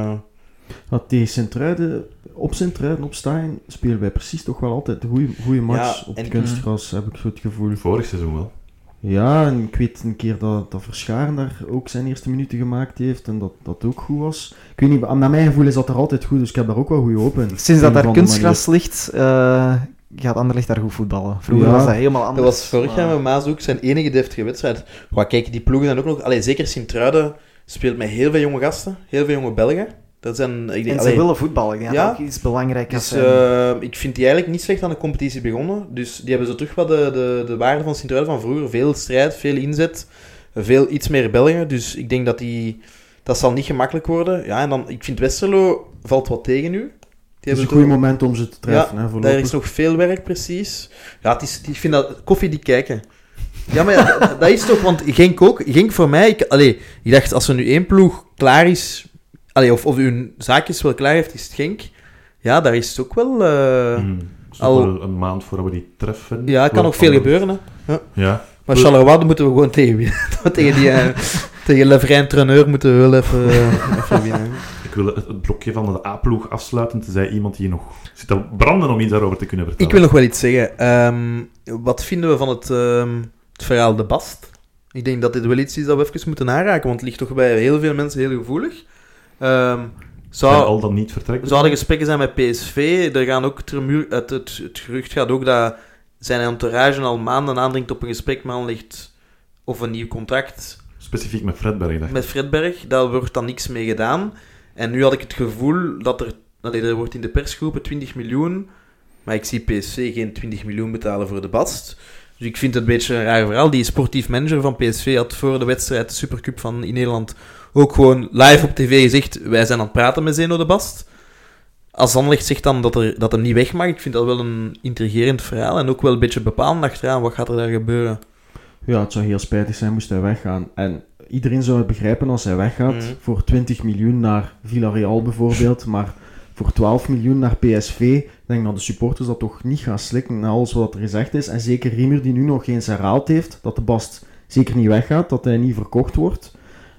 tegen Sint-Truiden, op Sint-Truiden, op Stijn, spelen wij precies toch wel altijd een goede match op het kunstgras, heb ik zo het gevoel. Vorig seizoen wel. Ja, en ik weet een keer dat Verscharen daar ook zijn eerste minuten gemaakt heeft en dat ook goed was. Ik weet niet, naar mijn gevoel is dat er altijd goed, dus ik heb daar ook wel goede hoop in. Sinds dat daar kunstgras ligt, gaat Anderlecht daar goed voetballen. Vroeger was dat helemaal anders. Dat was vorig jaar met Maas ook zijn enige deftige wedstrijd. Maar kijk, die ploegen zijn ook nog... zeker Sint-Truiden speelt met heel veel jonge gasten, heel veel jonge Belgen. Dat zijn, ze willen voetballen. Ik denk dat ook iets belangrijks is. Ik vind die eigenlijk niet slecht aan de competitie begonnen. Dus die hebben zo terug wat de waarde van Sint-Truiden van vroeger. Veel strijd, veel inzet, iets meer Belgen. Dus ik denk dat zal niet gemakkelijk worden. Ja, en dan, ik vind Westerlo valt wat tegen nu. Het is een goed moment om ze te treffen. Ja, daar is nog veel werk, precies. Ja, ik vind dat koffie die kijken. Ja, maar dat is toch... Want Genk ook. Genk voor mij... Ik dacht, als er nu 1 ploeg klaar is... of hun zaakjes wel klaar heeft, is het Genk. Ja, daar is het ook wel... al een maand voordat we die treffen. Ja, er kan nog veel gebeuren, hè. Ja. Maar Charleroi moeten we gewoon tegen winnen. Tegen Levrain-traineur moeten we wel even winnen. Ik wil het blokje van de A-ploeg afsluiten, tenzij iemand hier nog zit te branden om iets daarover te kunnen vertellen. Ik wil nog wel iets zeggen. Wat vinden we van het verhaal De Bast? Ik denk dat dit wel iets is dat we even moeten aanraken, want het ligt toch bij heel veel mensen heel gevoelig. Zou al dan niet vertrekken? Zouden gesprekken zijn met PSV? Er gaan ook het gerucht gaat ook dat zijn entourage al maanden aandringt op een gesprek met Anderlecht of een nieuw contract. Specifiek met Fredberg. Met Fredberg, daar wordt dan niks mee gedaan. En nu had ik het gevoel dat er wordt in de persgroepen 20 miljoen, maar ik zie PSV geen 20 miljoen betalen voor De Bast. Dus ik vind het een beetje een raar verhaal. Die sportief manager van PSV had voor de wedstrijd de Supercup in Nederland ook gewoon live op tv gezegd, wij zijn aan het praten met Zeno De Bast. Als Anderlecht zegt dan dat hem niet weg mag, ik vind dat wel een intrigerend verhaal en ook wel een beetje bepalend achteraan, wat gaat er daar gebeuren? ja, het zou heel spijtig zijn moest hij weggaan. En iedereen zou het begrijpen als hij weggaat voor 20 miljoen naar Villarreal bijvoorbeeld, maar voor 12 miljoen naar PSV, ik denk dat de supporters dat toch niet gaan slikken na alles wat er gezegd is. En zeker Riemer die nu nog eens herhaald heeft, dat de Bast zeker niet weggaat, dat hij niet verkocht wordt.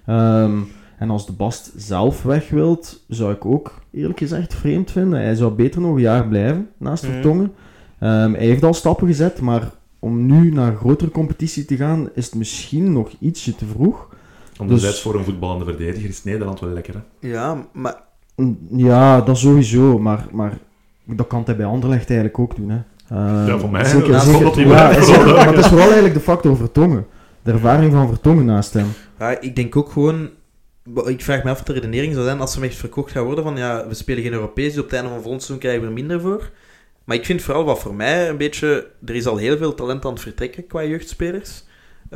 En als de Bast zelf weg wilt, zou ik ook eerlijk gezegd vreemd vinden. Hij zou beter nog een jaar blijven naast Vertongen. Hij heeft al stappen gezet, maar om nu naar een grotere competitie te gaan, is het misschien nog ietsje te vroeg. Anderzijds voor een voetballende verdediger is Nederland wel lekker, hè? Ja, maar... Ja, dat sowieso, maar dat kan hij bij Anderlecht eigenlijk ook doen. Hè. Ja, voor mij. Zeker, Maar het is vooral eigenlijk de factor Vertongen. De ervaring van Vertongen naast hem. Ja, ik denk ook gewoon... Ik vraag me af wat de redenering zou zijn als ze hem echt verkocht gaan worden van ja, we spelen geen Europees, dus op het einde van volgend seizoen krijgen we er minder voor. Maar ik vind vooral wat voor mij een beetje... Er is al heel veel talent aan het vertrekken qua jeugdspelers.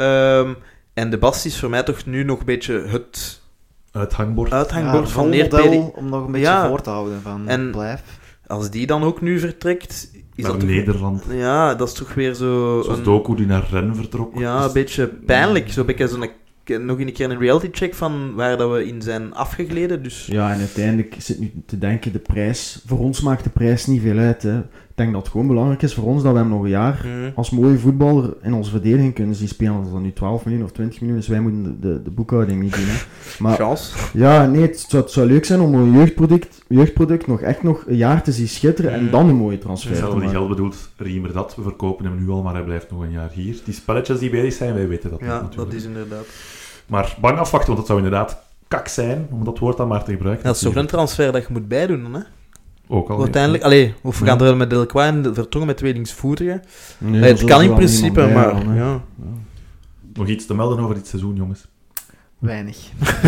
En de Bast is voor mij toch nu nog een beetje het... Uithangbord. Van Neerpede. Om nog een beetje voor te houden van en blijf. Als die dan ook nu vertrekt... Is naar dat Nederland. Ja, dat is toch weer zo... Zoals Doku die naar Rennes vertrok. Ja, een beetje pijnlijk. Zo heb ik nog een keer een reality check van waar dat we in zijn afgegleden. Dus... Ja, en uiteindelijk zit nu te denken, de prijs... Voor ons maakt de prijs niet veel uit. Hè. Ik denk dat het gewoon belangrijk is voor ons dat we hem nog een jaar als mooie voetballer in onze verdediging kunnen zien spelen. Als dat nu 12 miljoen of 20 miljoen is, wij moeten de boekhouding niet doen. Hè. Maar, Chance. Ja, nee, het zou leuk zijn om een jeugdproduct nog een jaar te zien schitteren en dan een mooie transfer te Hetzelfde maken. geld bedoelt Riemer dat. We verkopen hem nu al, maar hij blijft nog een jaar hier. Die spelletjes die bezig zijn, wij weten dat niet, Ja, natuurlijk. dat is inderdaad... Maar bang afwachten, want het zou inderdaad kak zijn, om dat woord dan maar te gebruiken. Dat is toch een transfer dat je moet bijdoen dan, hè? Ook al. Uiteindelijk, of we gaan er wel met Delcroix en Vertongen met twee linksvoetigen. Nee, Het daar kan zal in wel principe, niemand bij maar... halen, hè. Ja. Nog iets te melden over dit seizoen, jongens. Weinig.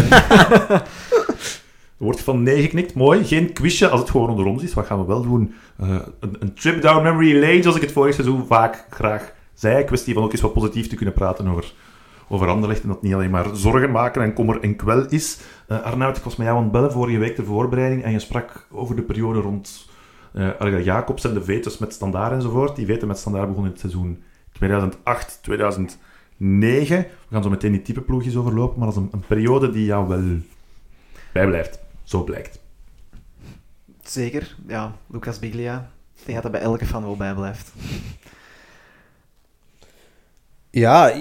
Er wordt van nee geknikt, mooi. Geen quizje als het gewoon onder ons is. Wat gaan we wel doen? Een trip down memory lane, zoals ik het vorig seizoen vaak graag zei. Een kwestie van ook eens wat positief te kunnen praten over Anderlecht. En dat niet alleen maar zorgen maken en kommer en kwel is. Arnoud, ik was met jou aan het bellen vorige week de voorbereiding. En je sprak over de periode rond Jacobs en de vetes met Standaard enzovoort. Die veten met Standaard begon in het seizoen 2008, 2009. We gaan zo meteen die type ploegjes overlopen. Maar dat is een periode die jou wel bijblijft. Zo blijkt. Zeker, ja. Lucas Biglia. Ik denk dat bij elke fan wel bijblijft. Ja,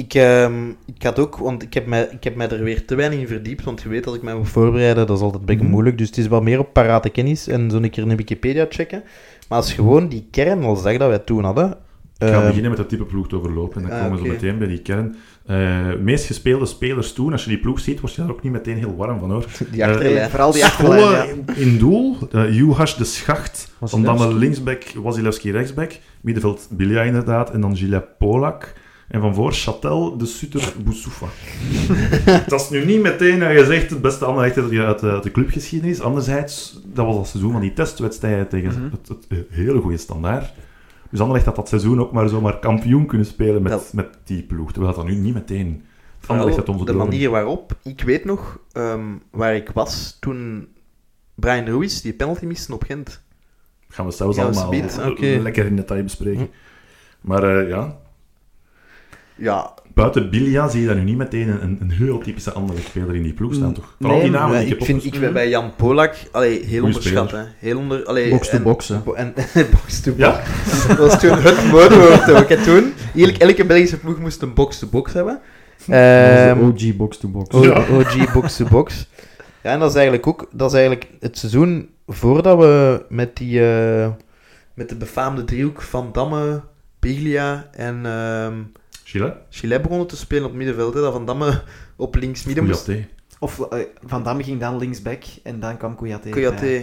ik had ook, want ik heb mij er weer te weinig in verdiept, want je weet dat ik mij moet voorbereiden, dat is altijd een beetje moeilijk, dus het is wel meer op parate kennis en zo'n keer een Wikipedia checken. Maar als gewoon die kern, als dat wij toen hadden... Ik ga beginnen met dat type ploeg te overlopen en dan komen we zo meteen bij die kern. Meest gespeelde spelers toen, als je die ploeg ziet, word je daar ook niet meteen heel warm van, hoor. Die achterlijn. Vooral die achterlijn, Scholle in doel, Juhas de Schacht, Wasilewski. dan de linksback, Wasilewski rechtsback, middenveld Bilia inderdaad, en dan Gilles Polak. En van voor Châtel, de Sutter Boussoufa. Dat is nu niet meteen gezegd het beste Anderlecht uit de clubgeschiedenis. Anderzijds, dat was het seizoen van die testwedstrijden tegen het hele goede Standaard. Dus Anderlecht had dat seizoen ook maar zomaar kampioen kunnen spelen met die ploeg. Terwijl dat nu niet meteen Anderlecht uit onze de droom. manier waarop, ik weet nog waar ik was toen Brian Ruiz die penalty miste op Gent. Gaan we zelfs Ja, allemaal speed, oké. lekker in detail bespreken. Maar ja... Ja, Buiten Bilia zie je daar nu niet meteen een heel typische andere speler in die ploeg staan, toch? Vooral die namen die ik vind bij Jan Polak heel Goeie onderschat. Hè. Heel Box-to-box, hè. En box-to-box. Ja. Dat was toen het modewoord ook. En toen, eigenlijk elke Belgische ploeg moest een box-to-box hebben. OG box-to-box. OG box-to-box. Ja, en dat is eigenlijk het seizoen voordat we met de befaamde driehoek van Damme, Biglia en... Gilles begonnen te spelen op middenveld, hè, dat Van Damme op links midden moest. Kouyaté. Of Van Damme ging dan linksback en dan kwam Kouyaté. Kouyaté,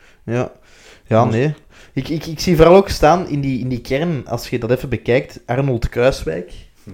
ja, nee. Ik zie vooral ook staan in die kern, als je dat even bekijkt, Arnold Kruiswijk.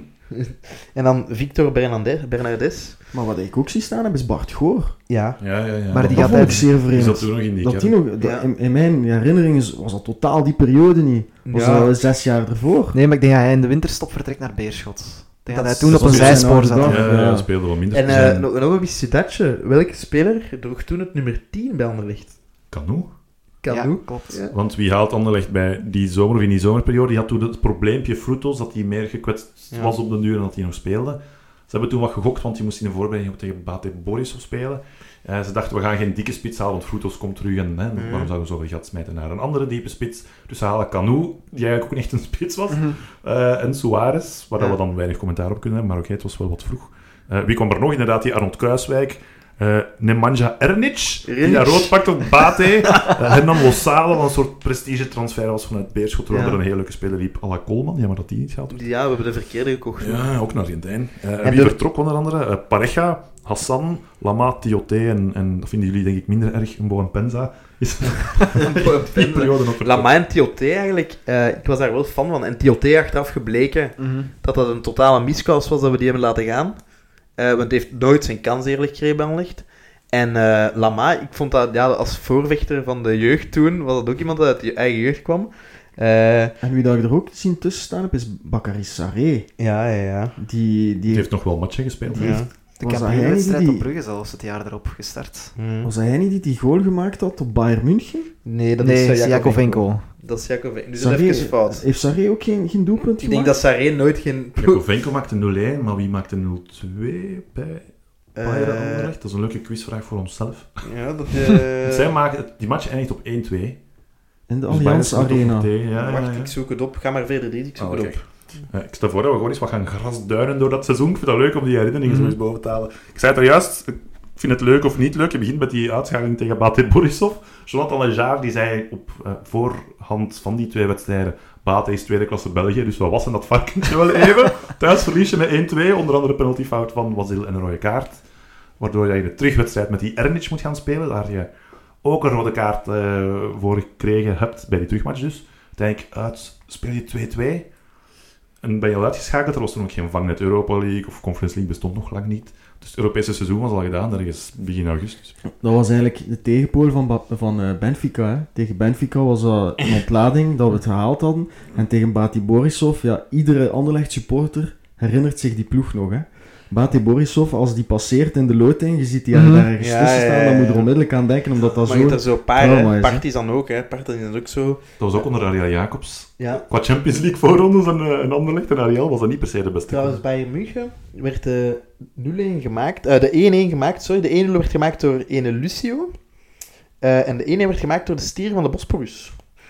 En dan Victor Bernardes. Maar wat ik ook zie staan heb, is Bart Goor. Ja. Ja. Maar die Dat gaat vond ik uit. zeer Die vreemd. zat toen nog in die Dat die kern. nog, Ja. in mijn herinneringen was dat totaal die periode niet. Was Ja. dat 6 jaar ervoor? Nee, maar ik denk dat hij in de winterstop vertrekt naar Beerschot. Ik denk dat hij Dat toen is- op een dat is zijspoor zijn zat. oude dag. Ja, Ja. dat speelde wel minder. En nog een wist je datje. Welke speler droeg toen het nummer 10 bij Anderlecht? Canu? Canoe. Klopt. Ja. Want wie haalt Anderlecht bij die zomer of in die zomerperiode? Die had toen het probleempje Frutos, dat hij meer gekwetst was op de duur en dat hij nog speelde. Ze hebben toen wat gegokt, want die moest in de voorbereiding tegen Bate Borisov spelen. Ze dachten, we gaan geen dikke spits halen, want Frutos komt terug en waarom zouden we zoveel geld smijten naar een andere diepe spits? Dus ze halen Canoe, die eigenlijk ook niet echt een spits was, en Suarez, waar we dan weinig commentaar op kunnen hebben, maar oké, het was wel wat vroeg. Wie kwam er nog? Inderdaad, die Arnold Kruiswijk. Nemanja Ernic, die daar rood pakt op Bate. Hernan Losada, wat een soort prestige-transfer was vanuit Beerschot, waar er een hele leuke speler liep, à la Coleman. Jammer dat die niet gaat. Ja, we hebben de verkeerde gekocht. Ja, ook naar Argentijn. Wie vertrok onder andere? Pareja, Hassan, Lama, Tioté en dat vinden jullie denk ik minder erg, een Boan Penza. Is die periode nog Lama en Tioté eigenlijk, ik was daar wel fan van. En Tioté achteraf gebleken dat een totale miskous was dat we die hebben laten gaan. Want hij heeft nooit zijn kans eerlijk gekregen bij Anderlecht. En Lama, ik vond dat als voorvechter van de jeugd toen, was dat ook iemand dat uit je eigen jeugd kwam. En wie daar er ook zien tussen staan heb, is Bakary Sarré. Ja. Die heeft nog wel matchen gespeeld. Ja. De kampioenwedstrijd op Brugge zelfs het jaar erop gestart. Was hij niet die goal gemaakt had op Bayern München? Nee, dat is Jakovenko. Dat is Jakovenko. Dus dat is even fout. Heeft Sarré ook geen doelpunt gemaakt? Ik denk dat Sarré nooit geen... Jakovenko maakte 0-1, maar wie maakte 0-2 bij Bayern Anderlecht? Dat is een leuke quizvraag voor onszelf. Ja, dat... Zij maken die match eindigt op 1-2. In de Allianz Arena. Wacht, ik zoek het op. Ga maar verder, ik zoek het op. Ik stel voor dat we gewoon eens wat gaan grasduinen door dat seizoen. Ik vind dat leuk om die herinneringen zo eens boven te halen. Ik zei het er juist, ik vind het leuk of niet leuk. Je begint met die uitschakeling tegen Bate Borisov. Jonathan Lejar die zei op voorhand van die 2 wedstrijden, Bate is tweede klasse België, dus we wassen dat varkentje wel even. Thuis verlies je met 1-2, onder andere penaltyfout van Wasil en een rode kaart. Waardoor je in de terugwedstrijd met die Ernic moet gaan spelen. Daar je ook een rode kaart voor gekregen hebt bij die terugmatch dus. Uiteindelijk speel je 2-2. En ben je al uitgeschakeld, er was toen nog geen vangnet Europa League of Conference League bestond nog lang niet. Dus het Europese seizoen was al gedaan, ergens begin augustus. Dat was eigenlijk de tegenpool van Benfica. Hè. Tegen Benfica was dat een ontlading dat we het gehaald hadden. En tegen Bate Borisov, iedere Anderlecht supporter herinnert zich die ploeg nog. Hè. Bate Borisov, als die passeert in de loting, je ziet die daar ergens tussen staan, dan moet je er onmiddellijk aan denken, omdat dat maar je hebt er zo een paar, Partizan ook, hè. Partizan is ook zo. Dat was ook onder Ariel Jacobs. Ja. Qua Champions League voorrondes en Anderlecht en Ariel was dat niet per se de beste. Trouwens, Bayern München werd de 0-1 gemaakt, de 1-1 gemaakt, sorry. De 1-0 werd gemaakt door ene Lucio. En de 1-1 werd gemaakt door de stier van de Bosporus.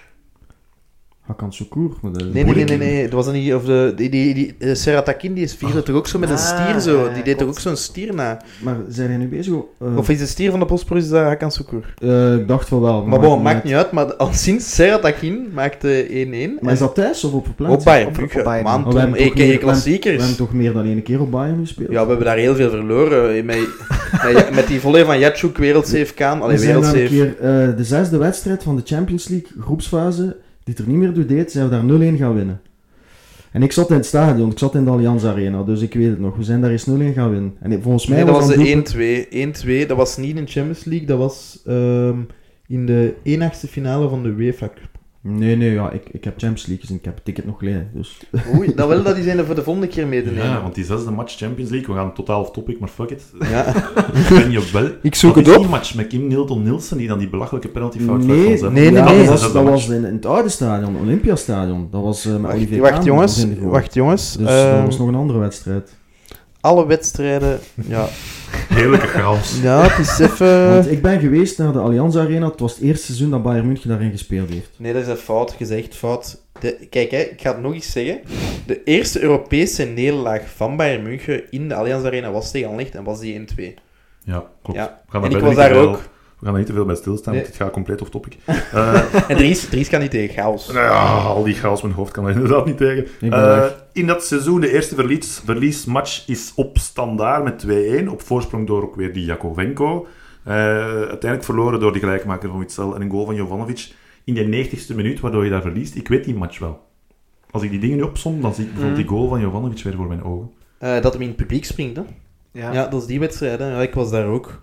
Hakan Şükür. Nee. Dat was niet. Of die Seratakin, die is vierde toch ook zo met een stier zo. Die deed toch ook zo'n stier na. Maar zijn jij nu bezig? Of is de stier van de Bosporus Hakan Şükür? Ik dacht wel wel. Maar bon, maakt niet uit. Maar al sinds Seratakin maakte 1-1. Maar is dat thuis of op verplaatsing? Op Bayern München. Man, Tom, klassiekers. We hebben toch meer dan 1 keer op Bayern gespeeld? Ja, we hebben daar heel veel verloren. Met die volley van Jatschuk, wereldsave Kaan. We zijn dan een keer de 6e wedstrijd van de Champions League groepsfase, die het er niet meer toe deed, zijn we daar 0-1 gaan winnen. En ik zat in het stadion, ik zat in de Allianz Arena, dus ik weet het nog. We zijn daar eens 0-1 gaan winnen. En volgens mij dat was de 1-2. Dat was niet in de Champions League, dat was in de 1/8 finale van de UEFA Cup. Nee, ik heb Champions League gezien, ik heb het ticket nog geleden. Dus. Oei, dat is voor de volgende keer mee te nemen. Ja, want die 6e match Champions League, we gaan totaal off topic, maar fuck it. Ja. Ben je wel... Ik zoek het op. Die match met Kim Nilton-Nielsen, die dan die belachelijke penaltyfout Nee. Dat was in het oude stadion, Olympiastadion. Dat was met Olivier Wacht jongens. Dus dat was nog een andere wedstrijd. Alle wedstrijden, ja. Heerlijke chaos. Ja, het is even... Want ik ben geweest naar de Allianz Arena, het was het eerste seizoen dat Bayern München daarin gespeeld heeft. Nee, dat is een fout gezegd, Kijk, ik ga het nog eens zeggen. De eerste Europese nederlaag van Bayern München in de Allianz Arena was tegen Anderlecht en was die 1-2. Ja, klopt. Ja. En ik was daar ook. We gaan er niet te veel bij stilstaan, want het gaat compleet off topic. En Dries kan niet tegen chaos. Nou ja, al die chaos, mijn hoofd kan er inderdaad niet tegen. In dat seizoen, de eerste verliesmatch is op Standaard met 2-1. Op voorsprong door ook weer die Jakovenko. Uiteindelijk verloren door die gelijkmaker van Witsel en een goal van Jovanovic in de 90ste minuut, waardoor je daar verliest. Ik weet die match wel. Als ik die dingen nu opsom, dan zie ik bijvoorbeeld die goal van Jovanovic weer voor mijn ogen. Dat hem in het publiek springt, hè? Ja, dat is die wedstrijd. Hè? Ja, ik was daar ook.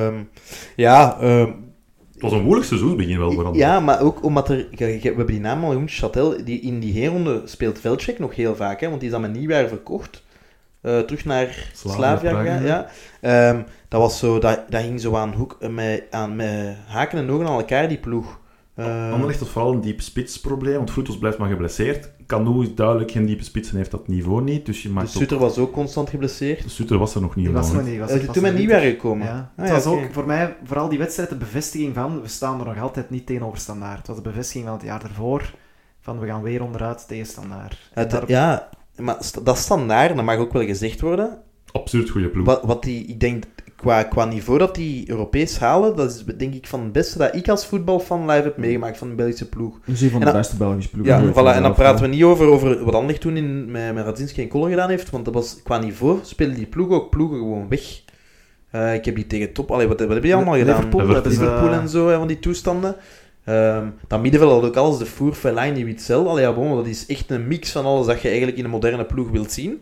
Het was een moeilijk seizoensbegin wel voor anderen. Ja, maar ook omdat we hebben die naam al genoemd, Châtel, die in die heenronde speelt Velcek nog heel vaak, hè, want die is dan met nieuwjaar verkocht. Terug naar Slavia gegaan. Ja. Dat was zo, dat ging zo aan haken en ogen aan elkaar, die ploeg. Anderlecht had vooral een diepe spitsprobleem, want Frutos blijft maar geblesseerd. Canu is duidelijk geen diepe spits en heeft dat niveau niet. Dus je maakt Sutter was ook constant geblesseerd. De Sutter was er nog niet. Die was helemaal, nog hè. niet. Hij is toen met Nieuwjaar gekomen. Ja. Ah, Het was oké. ook voor mij, vooral die wedstrijd, de bevestiging van, we staan er nog altijd niet tegenover Standaard. Het was de bevestiging van het jaar ervoor, van we gaan weer onderuit tegen Standaard. En daar- Ja, maar dat Standaard, dat mag ook wel gezegd worden. Absurd goede ploeg. Wat die, ik denk, qua niveau dat die Europees halen, dat is denk ik van het beste dat ik als voetbalfan live heb meegemaakt van de Belgische ploeg. Dat is een van de En dan- beste Belgische ploegen. Ja, ooit, voilà. En dan inderdaad. praten we niet over wat Anderlecht toen met Radzinski en Koller gedaan heeft, want dat was qua niveau, spelen die ploegen gewoon weg. Ik heb die tegen top... Allee, wat hebben die allemaal gedaan? Liverpool, Liverpool hebben ze- Liverpool en zo, hè, van die toestanden. Dat middenveld had ook alles, de Four, Fellaini, Witzel. Allee, ja, bon, dat is echt een mix van alles dat je eigenlijk in een moderne ploeg wilt zien.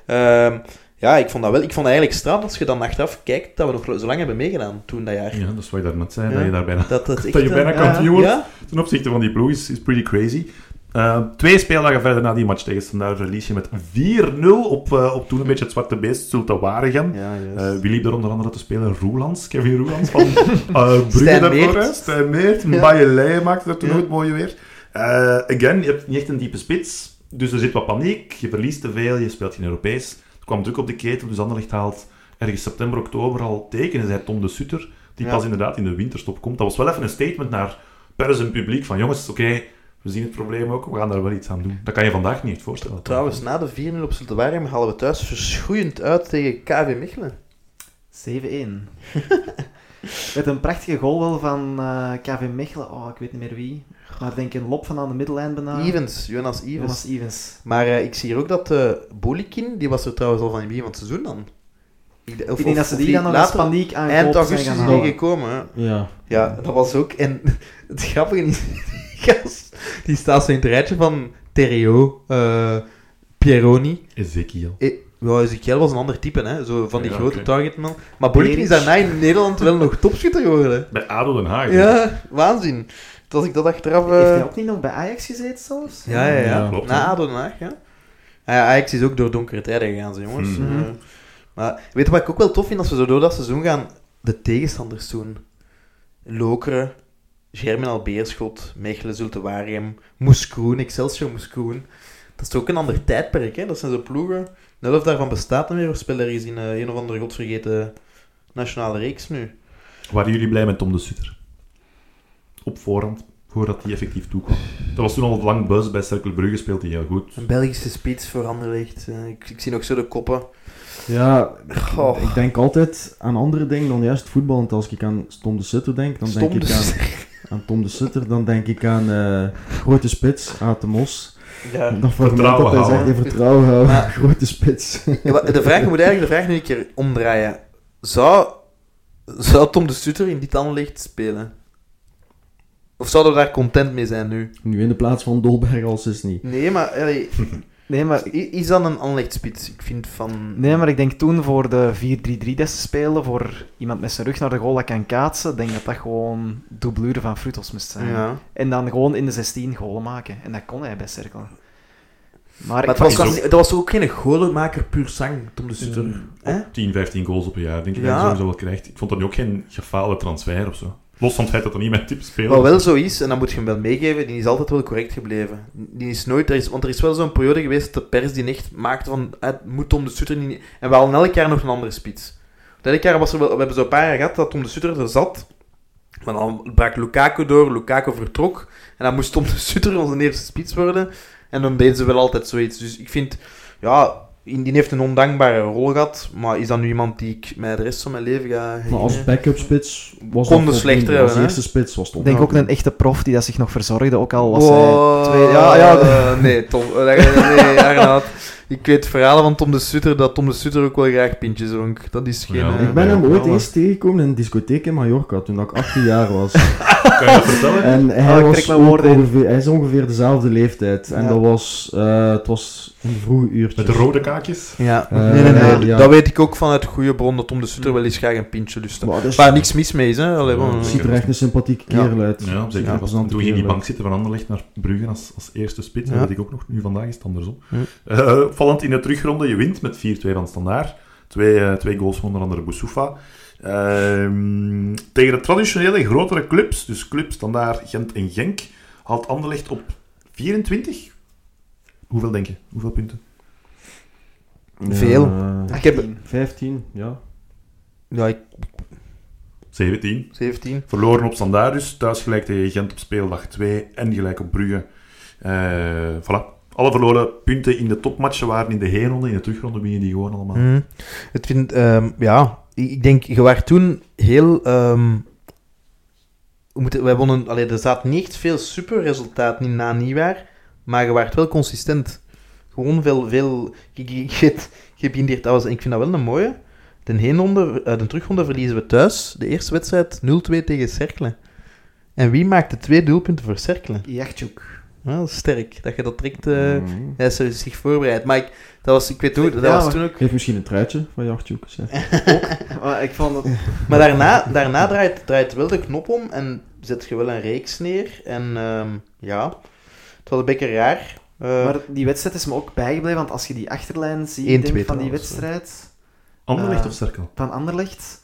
Ja, ik vond dat eigenlijk straf als je dan achteraf kijkt dat we nog zo lang hebben meegedaan toen dat jaar. Ja, dat is wat je daarnet zei, Ja. dat je daar bijna, Dat is echt dat je bijna kampioen wordt. Ja? Ten opzichte van die ploeg is pretty crazy. 2 speeldagen verder na die match tegen Standaard verlies je met 4-0 op toen een beetje het zwarte beest, Zulte Waregem. Ja, juist. Wie liep er onder andere te spelen? Roelands, Kevin Roelands van Brugge Stijn daarvoor. Meert. Hè. Stijn Meert, Ja. Mbaye maakte er toen Ja. ook het mooie weer. Again, je hebt niet echt een diepe spits, dus er zit wat paniek. Je verliest te veel, je speelt geen Europees. Er kwam druk op de ketel, dus Anderlecht haalt ergens september, oktober al tekenen. Zei Tom de Sutter, die Ja. pas inderdaad in de winterstop komt. Dat was wel even een statement naar pers en publiek van jongens, oké, we zien het probleem ook, we gaan daar wel iets aan doen. Dat kan je vandaag niet voorstellen. Trouwens, na de 4-0 op Zulte Waregem halen we thuis verschroeiend uit tegen KV Mechelen. 7-1. Met een prachtige goal wel van KV Mechelen. Oh, ik weet niet meer wie. Maar ik denk een lop van aan de middellijn bijna. Jonas Evens. Jonas Evens. Maar ik zie hier ook dat Bolikin, die was er trouwens al van in het begin van het seizoen dan. Ik denk dat ze die dan nog eens later, paniek aan eind zijn augustus gaan is die halen. gekomen. Hè. Ja. Ja, dat was ook... En het grappige is, die gast, die staat zo in het rijtje van Terrio, Pieroni. Ezekiel. Ja, Ezekiel was een ander type, hè. Zo van die Ja, grote oké. targetman. Maar Bolikin is daarna in Nederland wel nog topschutter geworden. Bij ADO Den Haag. Ja, waanzin. Dat als ik dat achteraf... Heeft hij ook niet nog bij Ajax gezeten zelfs? Ja. Ja, klopt, Na hè. ADO Den Haag, ja. Ajax is ook door donkere tijden gegaan, jongens. Mhm. Maar weet je wat ik ook wel tof vind? Als we zo door dat seizoen gaan, de tegenstanders doen. Lokeren, Germinal Beerschot, Mechelen, Zulte Waregem, Moeskroen, Excelsior Moeskroen. Dat is toch ook een ander tijdperk, hè? Dat zijn zo ploegen. De helft daarvan bestaat niet meer. We spelen ergens in een of andere godvergeten nationale reeks nu. Waren jullie blij met Tom de Sutter? Op voorhand, voordat hij effectief toekwam. Dat was toen al lang buzz bij Cercle Brugge, speelt hij heel goed. Een Belgische spits voor Anderlecht. Ik zie nog zo de koppen. Ja, Goh. ik denk altijd aan andere dingen dan juist voetbal. Want als ik aan Tom de Sutter denk, dan denk ik aan Tom de Sutter. Dan denk ik aan grote spits, Aad de Mos. Ja. Dat vertrouwen Vertrouwen dat hij zegt, houden. in vertrouwen houden. Maar- Grote spits. Ja, maar je moet eigenlijk de vraag nu een keer omdraaien. Zou Tom de Sutter in dit Anderlecht spelen? Of zouden we daar content mee zijn nu? Nu in de plaats van Dolberg als is niet. Nee, maar allee, Nee, maar is dat een Anderlecht-spits? Ik vind van... Nee, maar ik denk toen voor de 4-3-3 des te spelen, voor iemand met zijn rug naar de goal dat kan kaatsen, denk dat dat gewoon doublure van Frutos moest zijn. Ja. En dan gewoon in de 16 goalen maken. En dat kon hij bij Cercle. Maar Maar ik het vond- was, dat was ook geen golenmaker puur sang, Tom de Sutter. Hè? 10, 15 goals op een jaar, denk ik Ja. dat hij sowieso wel krijgt. Ik vond dat nu ook geen gefaalde transfer of zo. Los van het feit dat er niet mijn type speler Wat wel is. zo is, en dat moet je hem wel meegeven, die is altijd wel correct gebleven. Die is nooit... want er is wel zo'n periode geweest dat de pers die echt maakte van... moet Tom de Sutter niet... En we halen elk jaar nog een andere spits. Elk jaar was er wel... We hebben zo'n paar jaar gehad dat Tom de Sutter er zat. Maar dan brak Lukaku door, Lukaku vertrok. En dan moest Tom de Sutter onze eerste spits worden. En dan deden ze wel altijd zoiets. Dus ik vind... Ja, die heeft een ondankbare rol gehad. Maar is dat nu iemand die ik mij de rest van mijn leven ga Maar herinneren? als backup spits was Kon dat de slechter voldoende. hebben, Als hè? eerste spits was het ik denk ook onmogelijk. een echte prof die dat zich nog verzorgde, ook al was Wow. hij... Nee, Tom. Nee, Arnoud. Ik weet verhalen van Tom de Sutter, dat Tom de Sutter ook wel graag pintjes dronk. Dat is geen... Ja, Ik ben hem Ja, ooit wel. eens tegengekomen in een discotheek in Mallorca, toen ik 18 jaar was. Kan je dat vertellen? En hij, ik was trek mijn ook woorden in. ongeveer, hij is ongeveer dezelfde leeftijd. En Ja. dat was, het was in de vroege uurtjes. Met de rode kaakjes? Ja. Nee. Ja. Dat weet ik ook vanuit goede bron, dat Tom de Sutter wel eens graag een pintje lustte. Maar dat is- Waar niks mis mee is, hè. Allee, Ja, bon, ziet er echt een sympathieke kerel uit. Ja, zeker. Ja, Toen plezante ging die kerel bank uit. zitten van Anderlecht naar Brugge als eerste spits. Ja. Dat weet ik ook nog. Nu vandaag is het andersom. Ja. Opvallend in de terugronde, je wint met 4-2 van Standaard. Twee goals van onder andere Boussoufa. Tegen de traditionele grotere clubs, dus Club, Standaard, Gent en Genk, haalt Anderlecht op 24. Hoeveel denk je? Hoeveel punten? Veel. Ik heb 15, ja. ja, 17. 17. Verloren op Standaard dus, thuis gelijk tegen Gent op speeldag 2 en gelijk op Brugge. Voilà. Alle verloren punten in de topmatchen waren in de heenronde, in de terugronde winnen die gewoon allemaal. Het vind, ik denk, je was toen heel... wij wonnen... er zat niet echt veel superresultaten in na nieuwjaar, maar je was wel consistent. Gewoon veel... Je begint hier trouwens, en ik vind dat wel een mooie. De terugronde verliezen we thuis. De eerste wedstrijd 0-2 tegen Cercle. En wie maakte 2 doelpunten voor Cercle? Jachtjoek. Ja, dat is sterk. Dat je dat direct... Hij is zich voorbereid. Maar ik weet ook... Dat was toen ook... Geef misschien een truitje van Jachtjoek. Ik vond het... Maar daarna draait wel de knop om en zet je wel een reeks neer. En het was een beetje raar. Maar die wedstrijd is me ook bijgebleven, want als je die achterlijn ziet 1-2 denk, van die trouwens, Anderlecht wedstrijd... of Cercle? Van Anderlecht.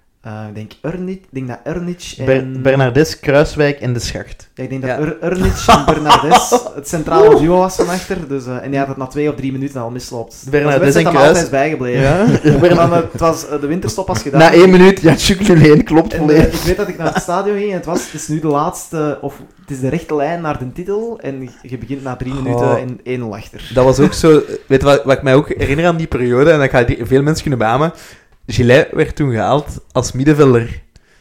Ik denk dat Ernic en... Bernardes, Kruiswijk en De Schacht. Ja, ik denk dat Ernic en Bernardes het centrale duo was van achter. Dus, en die had het na 2 of 3 minuten al misloopt. Bernardes en en Kruis... Kruis... altijd bijgebleven. Ja. Het was de winterstop als gedaan. Na 1 minuut, ja, Tjoek klopt En, volledig. ik weet dat ik naar het stadion ging en het is nu de laatste... Of het is de rechte lijn naar de titel. En je begint na 3 minuten en 1-0 achter. Dat was ook zo... Weet je wat ik mij ook herinner aan die periode, en dat ga veel mensen kunnen beamen. Gillet werd toen gehaald als middenvelder.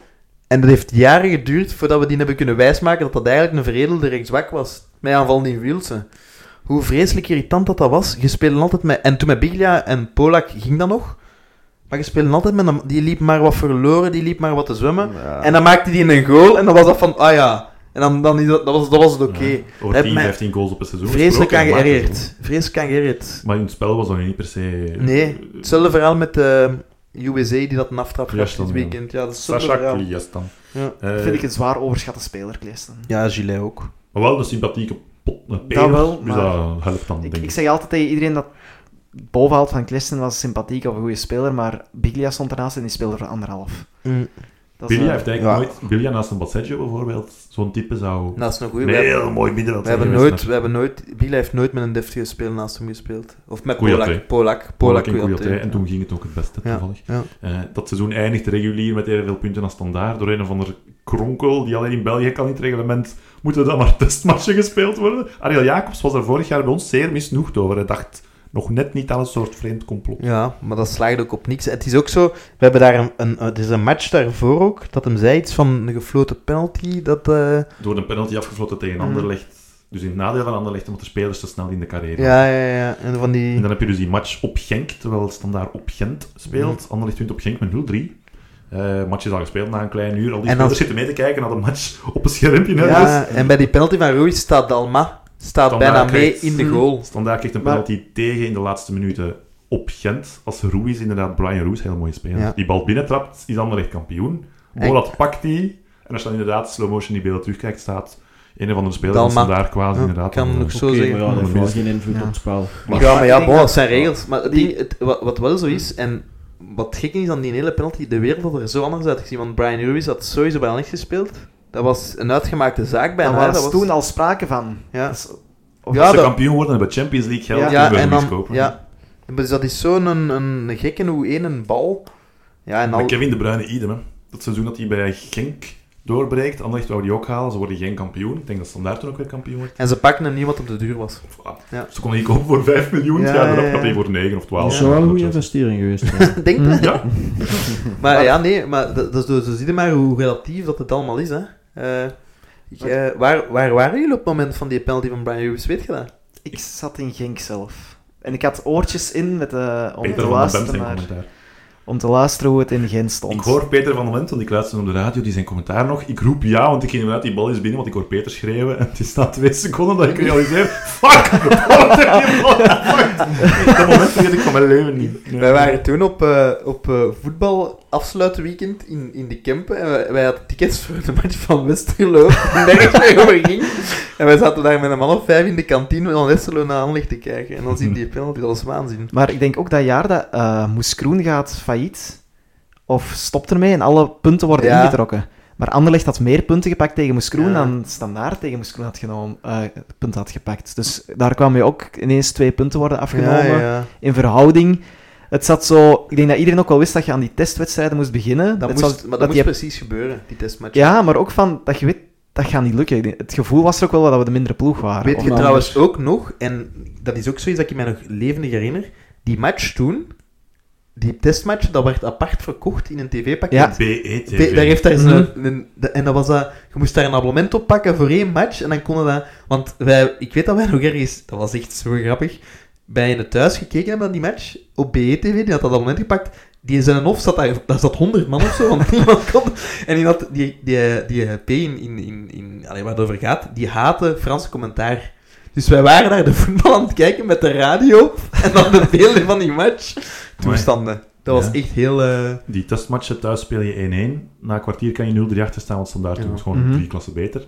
En dat heeft jaren geduurd voordat we die hebben kunnen wijsmaken dat dat eigenlijk een veredelde rechtsback was. Met aanval in Wielse. Hoe vreselijk irritant dat was. Je speelde altijd met... En toen met Biglia en Polak ging dat nog. Maar je speelde altijd met een... Die liep maar wat verloren, die liep maar wat te zwemmen. Ja. En dan maakte die een goal en dan was dat van... Ah ja... En dan is dat was het oké. Ja, over 10, 15 goals op een seizoen. Vreselijk aan gesproken, geërgerd. Vreselijk aan geërgerd. Maar in het spel was dat niet per se... Nee, hetzelfde verhaal met USA die dat een aftrap gaf Kliastan, dit weekend. Ja, dat is hetzelfde Sasha verhaal. Kliastan. Ja. Vind ik een zwaar overschatte speler, Kliastan. Ja, Gillet ook. Maar wel een sympathieke peer. Dat wel, dus maar dat helpt dan, denk Ik ik. zeg altijd tegen iedereen dat bovenhaalt van Kliastan was sympathiek of een goede speler, maar Biglia stond ernaast en die speelde voor 1,5. Dat is, Biglia heeft eigenlijk ja. nooit... Biglia naast een Basseggio bijvoorbeeld, zo'n type zou... Dat is een goeie. Een heel mooi middenveld We zijn hebben nooit... Biglia heeft nooit met een deftige speler naast hem gespeeld. Of met Kouyaté. Polak en Kouyaté. Kouyaté. En toen ging het ook het beste, Ja, toevallig. ja. Dat seizoen eindigt regulier met evenveel punten als Standaard. Door een of ander kronkel, die alleen in België kan in het reglement, moeten dan maar testmatchen gespeeld worden. Ariel Jacobs was er vorig jaar bij ons zeer misnoegd over. Hij dacht nog net niet aan een soort vreemd complot. Ja, maar dat slaagt ook op niks. Het is ook zo... We hebben daar het is een match daarvoor ook, dat hem zei iets van een gefloten penalty, dat... Door een penalty afgefloten tegen Anderlecht. Dus in het nadeel van Anderlecht, omdat de spelers te snel in de carrière Ja. En van die... En dan heb je dus die match op Genk, terwijl Standaard op Gent speelt. Anderlecht wint op Genk met 0-3. Match is al gespeeld na een klein uur. Al die En spelers dan... zitten mee te kijken naar de match op een schermpje. Hè, Ja, dus. en bij die penalty van Ruiz staat Dalma bijna mee in de goal. Standaard krijgt een penalty tegen in de laatste minuten op Gent. Als Ruiz, inderdaad, Brian Ruiz, heel mooi speler. Ja. Die bal binnentrapt, is Anderlecht kampioen. Bolat pakt die. En als je dan inderdaad slow motion die beelden terugkijkt, staat een of andere speler van Dalma. Standaard quasi Ja, inderdaad. kan dan, nog zo Oké, zeggen. maar ja, dat heeft wel geen invloed Ja. op het spel. Maar ik denk dat dat- zijn regels. Maar het ding, wat wel zo is, en wat gek is aan die hele penalty, de wereld had er zo anders uitgezien, want Brian Ruiz had sowieso bij Anderlecht gespeeld. Dat was een uitgemaakte zaak bijna. Daar hè. was toen al sprake van. Ja. Dat is- Als Ja, ze dat- kampioen worden en bij Champions League geld Ja, kunnen en Ruiz dan... kopen. Ja. Dus dat is zo'n een gekke hoe een bal... Ja, en Maar al... Kevin De Bruyne idem, hè. Dat seizoen dat hij bij Genk doorbreekt, Anderlecht wou die ook halen, ze worden geen kampioen. Ik denk dat Standaard toen ook weer kampioen wordt. En ze pakken hem niet wat op de duur was. Voilà. Ja. Ze konden die kopen voor 5 miljoen, Ja, ja, daarop ja, ja. gaat hij voor 9 of 12. Dat is wel een goede investering geweest. Ja. Denk je? Ja, Maar ja, nee, maar zo zie je maar hoe relatief dat het allemaal is, hè. Waar waren jullie op het moment van die penalty van Brian Ruiz, weet je dat? Ik zat in Genk zelf. En ik had oortjes in om, Peter te van den luisteren Bent zijn naar, commentaar. om te luisteren hoe het in Gent stond. Ik hoor Peter van den Bent, want ik luister op de radio, die zijn commentaar nog. Ik roep ja, want ik ging inderdaad, die bal is binnen, want ik hoor Peter schreeuwen. En het is na 2 seconden dat ik realiseer, fuck! Wat heb je bal gepakt? Dat moment vergeet ik van mijn leven niet. Nee. Wij waren toen op voetbal afsluitweekend in de Kempen. En wij hadden tickets voor de match van Westerlo. Nergens meer over ging. En wij zaten daar met een man of 5 in de kantine van Westerlo naar Anderlecht te kijken. En dan zien die penalty, dat was waanzin. Maar ik denk ook dat jaar dat Moes Kroen gaat failliet. of stopt ermee en alle punten worden ingetrokken. Maar Anderlecht had meer punten gepakt tegen Moeskroen dan Standaard tegen Moeskroen punten had gepakt. Dus daar kwam je ook ineens 2 punten worden afgenomen in verhouding. Het zat zo... Ik denk dat iedereen ook wel wist dat je aan die testwedstrijden moest beginnen. Dat moest precies gebeuren, die testmatch. Ja, maar ook van dat je weet, dat gaat niet lukken. Het gevoel was er ook wel dat we de mindere ploeg waren. Weet je trouwens ook nog, en dat is ook zoiets dat ik mij nog levendig herinner, die match toen, die testmatch, dat werd apart verkocht in een tv-pakket. Ja. BE-TV. Daar heeft daar en dat was dat... Je moest daar een abonnement op pakken voor 1 match, en dan konden dat... Want ik weet dat wij nog ergens... Dat was echt zo grappig. Bij in het thuis gekeken hebben naar die match, op BE-TV, die had dat abonnement gepakt. Die in zijn hof zat daar zat 100 man of zo, want niemand kon... En die had die P waar het over gaat, die haatte Franse commentaar. Dus wij waren daar de voetbal aan het kijken met de radio en dan de beelden van die match. Toestanden. Dat was echt heel... Die testmatchen thuis speel je 1-1. Na een kwartier kan je 0-3 achter staan, want Standaard toen was gewoon 3 klassen beter.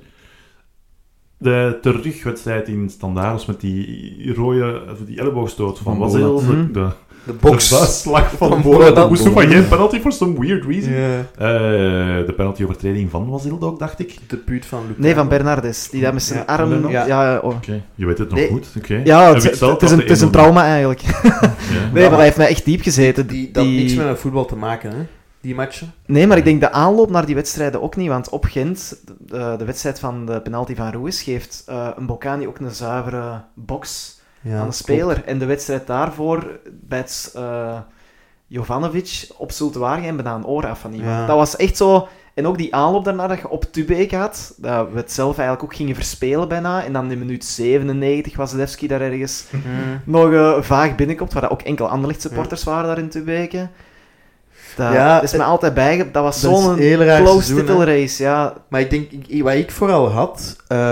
De terugwedstrijd in Standaard was met die rode... Die elleboogstoot van Wasil. De buisslag van Bola. Dat moest van geen penalty for some weird reason. De penalty-overtreding van Wasil ook, dacht ik. De puut van Lukaku. Nee, van Bernardes. Die daar met zijn arm... Oké, je weet het nog goed. Okay. Ja, het is een trauma eigenlijk. Nee, maar hij heeft mij echt diep gezeten. Dat had niks met voetbal te maken, hè? Die matchen. Nee, maar ik denk de aanloop naar die wedstrijden ook niet, want op Gent, de wedstrijd van de penalty van Ruiz, geeft een Bocani ook een zuivere box aan de speler. Klopt. En de wedstrijd daarvoor, bij het Jovanovic op Zulte Waregem, bijna een oor af van iemand. Ja. Dat was echt zo... En ook die aanloop daarna dat je op Tubbeek had, dat we het zelf eigenlijk ook gingen verspelen bijna. En dan in minuut 97 was Levski daar ergens nog vaag binnenkomt, waar dat ook enkel Anderlecht supporters waren daar in Tubbeek. Dat is me altijd bijgebleven. Dat was zo'n close title race, ja. Maar ik denk, wat ik vooral had,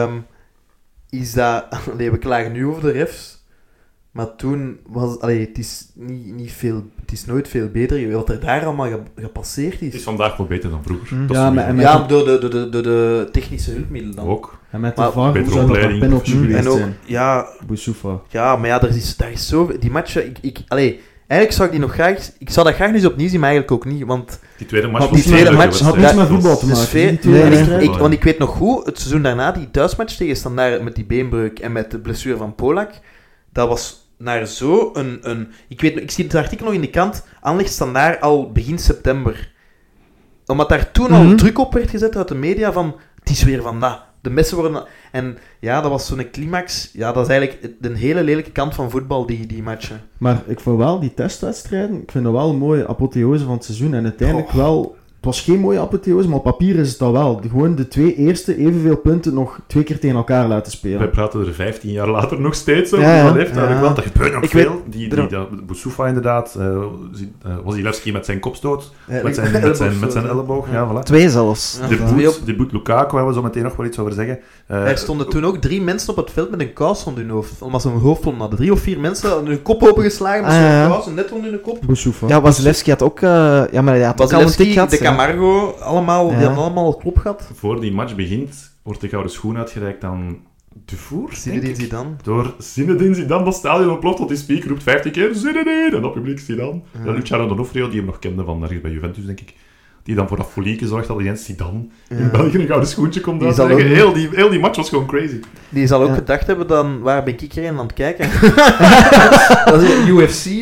is dat... we klagen nu over de refs, maar toen was... het is niet veel... Het is nooit veel beter. Wat er daar allemaal gepasseerd is. Het is vandaag wel beter dan vroeger. Door de technische hulpmiddelen dan. Ook. En met de VAR zou dat een penalty geweest zijn. Ja. Boussoufa. Ja, maar daar is zo... Die matchen... Eigenlijk zou ik die nog graag... Ik zou dat graag eens opnieuw zien, maar eigenlijk ook niet, want... Die tweede match had niets met voetbal te maken. Want ik weet nog goed, het seizoen daarna, die thuismatch tegen Standaard met die beenbreuk en met de blessure van Polak, dat was naar zo een... Ik zie het artikel nog in de krant, Anderlecht Standaard al begin september. Omdat daar toen al druk op werd gezet uit de media van, het is weer van dat. De messen worden... En ja, dat was zo'n climax. Ja, dat is eigenlijk een hele lelijke kant van voetbal, die matchen. Maar ik vond wel die testwedstrijden, ik vind dat wel een mooie apotheose van het seizoen. En uiteindelijk wel... Het was geen mooie apotheose, maar op papier is het dat wel. Gewoon de 2 eerste evenveel punten nog 2 keer tegen elkaar laten spelen. Wij praten er 15 jaar later nog steeds over. Dat heeft eigenlijk wel. Dat gebeurt nog veel. Boussoufa inderdaad. Wasilewski met zijn kopstoot. Met zijn elleboog. Ja, voilà. 2 zelfs. De boet Lukaku, hebben we zo meteen nog wel iets over zeggen. Er stonden toen ook 3 mensen op het veld met een kous om hun hoofd. Omdat ze een hoofdwond hadden. 3 of 4 mensen hadden hun kop opengeslagen met zo'n kous, net onder hun kop. Boussoufa. Ja, Wasilewski had ook... maar hij had ook al een tik gehad. Camargo, allemaal, die hadden allemaal klop gehad. Voor die match begint, wordt de gouden schoen uitgereikt aan Dufour, Zinedine Zidane. Door Zinedine Zidane, dat stadion ontploft, want die speaker roept 15 keer Zinedine, en dat publiek Zidane. Ja. Luciano D'Onofrio, die hem nog kende van ergens bij Juventus, denk ik. Die dan voor dat folieke zorgt dat Jens Zidane in België een gouden schoentje komt uitleggen. Heel die match was gewoon crazy. Die zal ook gedacht hebben, dan, waar ben ik erin aan het kijken? Dat is UFC.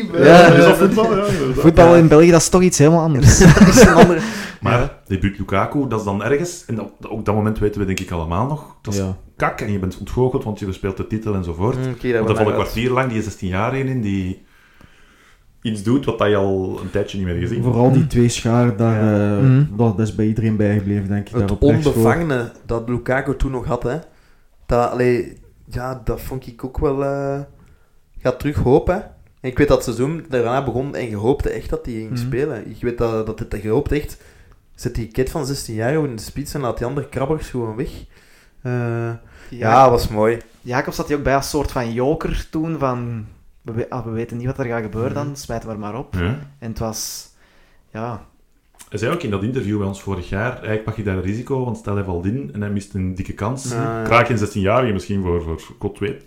Voetbal in België, dat is toch iets helemaal anders. Maar debuut Lukaku, dat is dan ergens, en op dat moment weten we denk ik allemaal nog, dat is kak en je bent ontgoocheld, want je speelt de titel enzovoort. Want er valt een kwartier lang, die is 16 jaar in die iets doet wat je al een tijdje niet meer gezien. Vooral die 2 schaar, dat is bij iedereen bijgebleven, denk ik. Het onbevangene dat Lukaku toen nog had, hè. Dat vond ik ook wel... gaat terug hopen. En ik weet dat het seizoen daarna begon en je hoopte echt dat hij ging spelen. Ik weet dat het gehoopt echt... Zet die kid van 16 jaar in de spits en laat die andere krabbers gewoon weg. Dat was mooi. Jacobs had hij ook bij als soort van joker toen van... We weten niet wat er gaat gebeuren dan, smijten we er maar op. Ja. En het was... Ja... Hij zei ook in dat interview bij ons vorig jaar, eigenlijk mag je daar een risico, want stel hij valt in en hij mist een dikke kans. Kraak je een 16-jarige misschien voor God weet.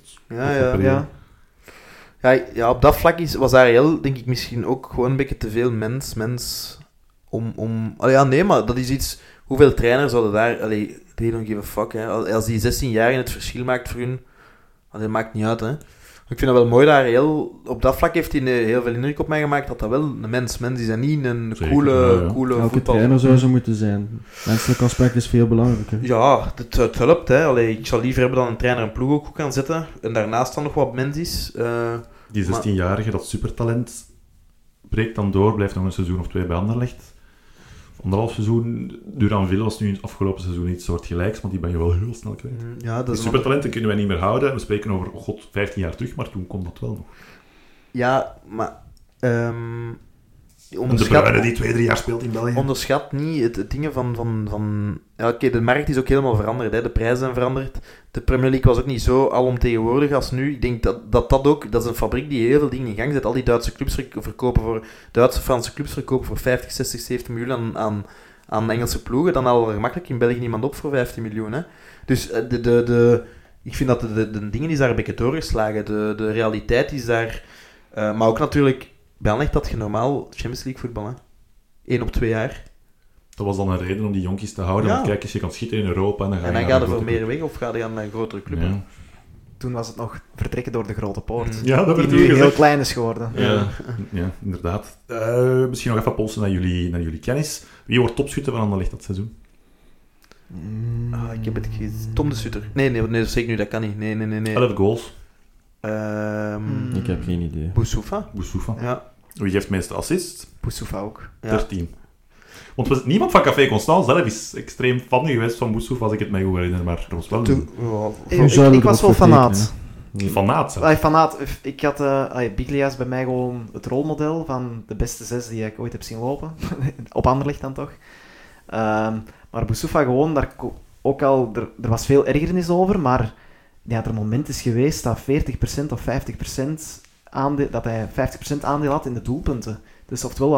Ja, op dat vlak was daar heel, denk ik, misschien ook gewoon een beetje te veel mens nee, maar dat is iets... Hoeveel trainers zouden daar... Allee, they don't give a fuck, hè. Als die 16 jaar in het verschil maakt voor hun... Dat maakt niet uit, hè. Ik vind dat wel mooi daar. Op dat vlak heeft hij heel veel indruk op mij gemaakt dat wel een mens is en niet een coole Elke voetbal. trainer zou zo moeten zijn. Menselijk aspect is veel belangrijker. Ja, het helpt, hè. Allee, ik zou liever hebben dan een trainer een ploeg ook goed kan zetten. En daarnaast dan nog wat mens is. Die 16-jarige, dat supertalent, breekt dan door, blijft nog een seizoen of 2 bij Anderlecht. 1,5 seizoen. Duranville was nu in het afgelopen seizoen iets soortgelijks, want die ben je wel heel snel kwijt. Ja, Die supertalenten kunnen wij niet meer houden. We spreken over, 15 jaar terug, maar toen kon dat wel nog. Ja, maar... De Bruyne die 2-3 jaar speelt in België. Onderschat niet het dingen van... Ja, oké, de markt is ook helemaal veranderd. Hè. De prijzen zijn veranderd. De Premier League was ook niet zo alomtegenwoordig als nu. Ik denk dat ook... Dat is een fabriek die heel veel dingen in gang zet. Al die Duitse clubs Franse clubs verkopen voor 50, 60, 70 miljoen aan Engelse ploegen. Dan al gemakkelijk in België niemand op voor 15 miljoen. Hè. Dus ik vind dat de dingen is daar een beetje doorgeslagen. De realiteit is daar... maar ook natuurlijk... Bij Anderlecht had je normaal Champions League voetbal, hè. 1 op 2 jaar. Dat was dan een reden om die jonkies te houden. Ja. Want kijk eens, je kan schieten in Europa en dan ga je er voor meer weg of ga je aan een grotere club. Ja. Toen was het nog vertrekken door de grote poort. Ja, dat Die werd nu toen heel gezegd. klein is geworden. Ja, inderdaad. Misschien nog even polsen naar jullie kennis. Wie wordt topschutter van Anderlecht dat seizoen? Ik heb het gezien. Tom de Sutter. Nee, dat zeg ik nu, dat kan niet. Nee. 11 goals. Ik heb geen idee. Boussoufa. Ja. Wie geeft meeste assists? Boussoufa ook. 13. Want niemand van Café Constant zelf is extreem fan geweest van Boussoufa, als ik het mij goed herinner, maar er was wel een Ik was wel fanaat. fanaat zelf. Fanaat. Ik had... Biglia is bij mij gewoon het rolmodel van de beste 6 die ik ooit heb zien lopen. Op Anderlecht dan toch. Maar Boussoufa gewoon, daar ook al... Er was veel ergernis over, maar ja, er moment is geweest dat 40% of 50% dat hij 50% aandeel had in de doelpunten. Dus oftewel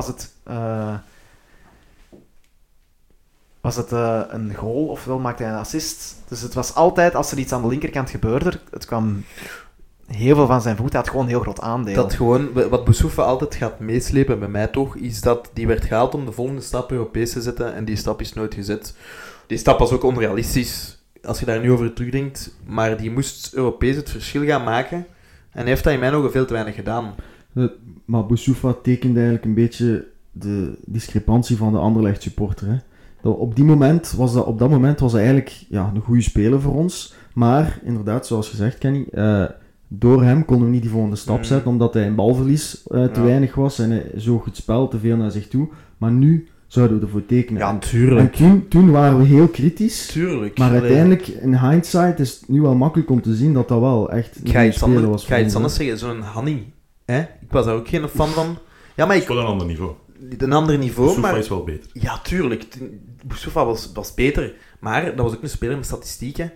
was het een goal, ofwel maakte hij een assist. Dus het was altijd, als er iets aan de linkerkant gebeurde, het kwam heel veel van zijn voet, hij had gewoon een heel groot aandeel. Dat gewoon, wat Boussoufa altijd gaat meeslepen, bij mij toch, is dat die werd gehaald om de volgende stap Europees te zetten en die stap is nooit gezet. Die stap was ook onrealistisch, als je daar nu over terugdenkt, maar die moest Europees het verschil gaan maken en hij heeft dat in mijn ogen veel te weinig gedaan. Maar Boussoufa tekende eigenlijk een beetje de discrepantie van de Anderlecht supporter. Hè. Op dat moment was hij eigenlijk een goede speler voor ons. Maar inderdaad, zoals gezegd, Kenny, door hem konden we niet die volgende stap zetten, omdat hij in balverlies te weinig was en hij zoog het spel te veel naar zich toe. Maar nu zouden we ervoor tekenen. Ja, tuurlijk. En toen waren we heel kritisch. Tuurlijk. Maar uiteindelijk, in hindsight, is het nu wel makkelijk om te zien dat dat wel echt een goede speler was. Ik ga iets anders zeggen, zo'n Hanni. Ik was daar ook geen fan van. Ja, maar Het is wel een ander niveau. Een ander niveau, Boussoufa maar... is wel beter. Ja, tuurlijk. Boussoufa was beter. Maar dat was ook een speler met statistieken.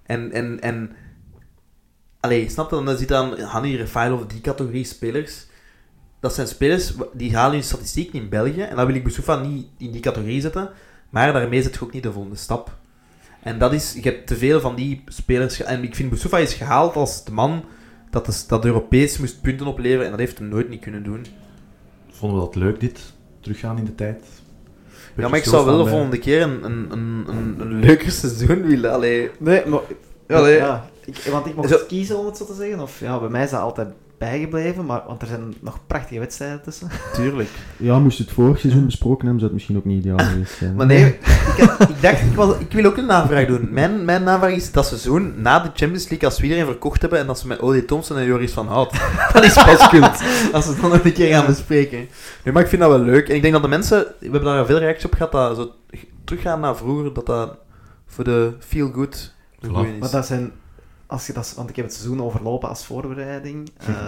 En allee, snap je? Dan zit dan Hanni, Rafael of die categorie spelers. Dat zijn spelers die halen hun statistiek in België. En dan wil ik Boussoufa niet in die categorie zetten. Maar daarmee zet je ook niet de volgende stap. En dat is... Je hebt te veel van die spelers... En ik vind Boussoufa is gehaald als de man dat Europees moest punten opleveren. En dat heeft hem nooit niet kunnen doen. Vonden we dat leuk, dit? Teruggaan in de tijd? Ja, maar ik zou wel de volgende keer een leuker seizoen willen. Allee. Nee, maar... Allee. Ja, want ik mocht kiezen, om het zo te zeggen. Of ja, bij mij is dat altijd bijgebleven, want er zijn nog prachtige wedstrijden tussen. Tuurlijk. Ja, moest het vorig seizoen besproken hebben, zou het misschien ook niet ideaal geweest zijn. Maar nee, ik dacht, ik wil ook een navraag doen. Mijn navraag is dat seizoen na de Champions League, als we iedereen verkocht hebben en dat ze met Odie Thompson en Joris van Hout. Dat is pas kult. Als we het dan nog een keer gaan bespreken. Nee, maar ik vind dat wel leuk. En ik denk dat de mensen, we hebben daar veel reacties op gehad, dat zo teruggaan naar vroeger, dat voor de feel-good de goeie is. Maar dat zijn... want ik heb het seizoen overlopen als voorbereiding.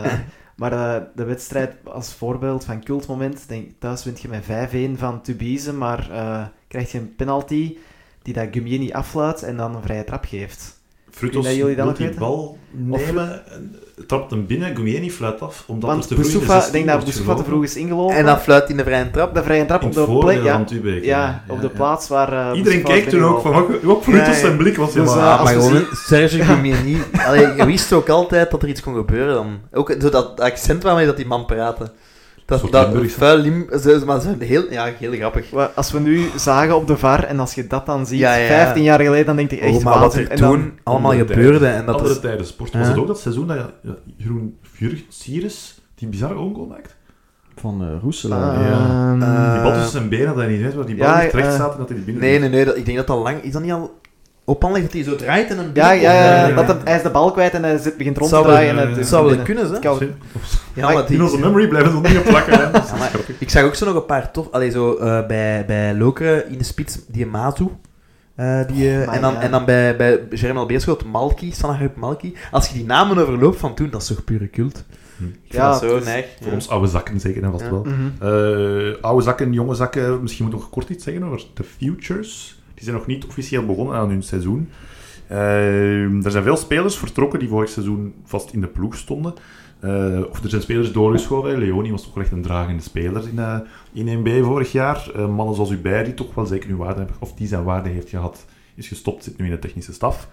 Maar de wedstrijd als voorbeeld van cultmoment, thuis wint je met 5-1 van Tubize, maar krijg je een penalty die dat Gumieni afluit en dan een vrije trap geeft. Frutos jullie dat wil nog die weten? bal nemen, trapt hem binnen, Gumieni fluit af, omdat Want er te vroeg in de Boussoufa, 16 ik denk dat wordt Boussoufa te gelopen. vroeg is ingelopen. En dan fluit in de vrije trap. De vrije trap In op het de plek, voordeel ja. van Tubeke. Ja, op de plaats waar... Iedereen Boussoufa kijkt toen ook binnengelopen. van, ook Frutos Ja, ja. zijn blik was Dus, helemaal... als Maar we gewoon, Serge Gumieni. Allee, je wist ook altijd dat er iets kon gebeuren dan. Ook zo dat accent waarmee dat die man praatte. Soort Limburgs. Maar ze zijn heel grappig. Als we nu zagen op de VAR en als je dat dan ziet, Ja, ja. 15 jaar geleden, dan denk ik echt maar wat waanzin. er En dan- toen allemaal Andere gebeurde. tijden. En dat Andere is... tijden sport. Ja. Was het ook dat seizoen dat Jeroen Sires die bizarre ongoal maakt? Van Roeselaar. Die bal tussen zijn benen, dat hij niet weet waar die bal Ja, echt recht staat en dat hij die binnen... Nee, ik denk dat dat lang... Is dat niet al ophandig dat hij zo draait en een... hij is de bal kwijt en hij begint rond te Zou draaien. wel- en het zou wel binnen. kunnen, hè? Het kan- Ja, maar In onze memory blijven ze dingen plakken. Hè. Dat is Ja, maar grappig. ik zag ook zo nog een paar tof... bij Lokeren in de spits, die Mazu. En dan bij Jeremy Albeerschot, Malki, Sanagrup Malki. Als je die namen overloopt van toen, dat is toch pure cult. Ik vind Ja, dat zo het is neig. Voor ons oude zakken zeker en vast Ja. wel. Mhm. Oude zakken, jonge zakken, misschien moet ik nog kort iets zeggen over de Futures. Die zijn nog niet officieel begonnen aan hun seizoen. Er zijn veel spelers vertrokken die vorig seizoen vast in de ploeg stonden. Of er zijn spelers doorgeschoven. Leoni was toch echt een dragende speler in 1B vorig jaar. Mannen zoals Hubert, die toch wel zeker hun waarde hebben, of die zijn waarde heeft gehad, is gestopt, zit nu in de technische staf.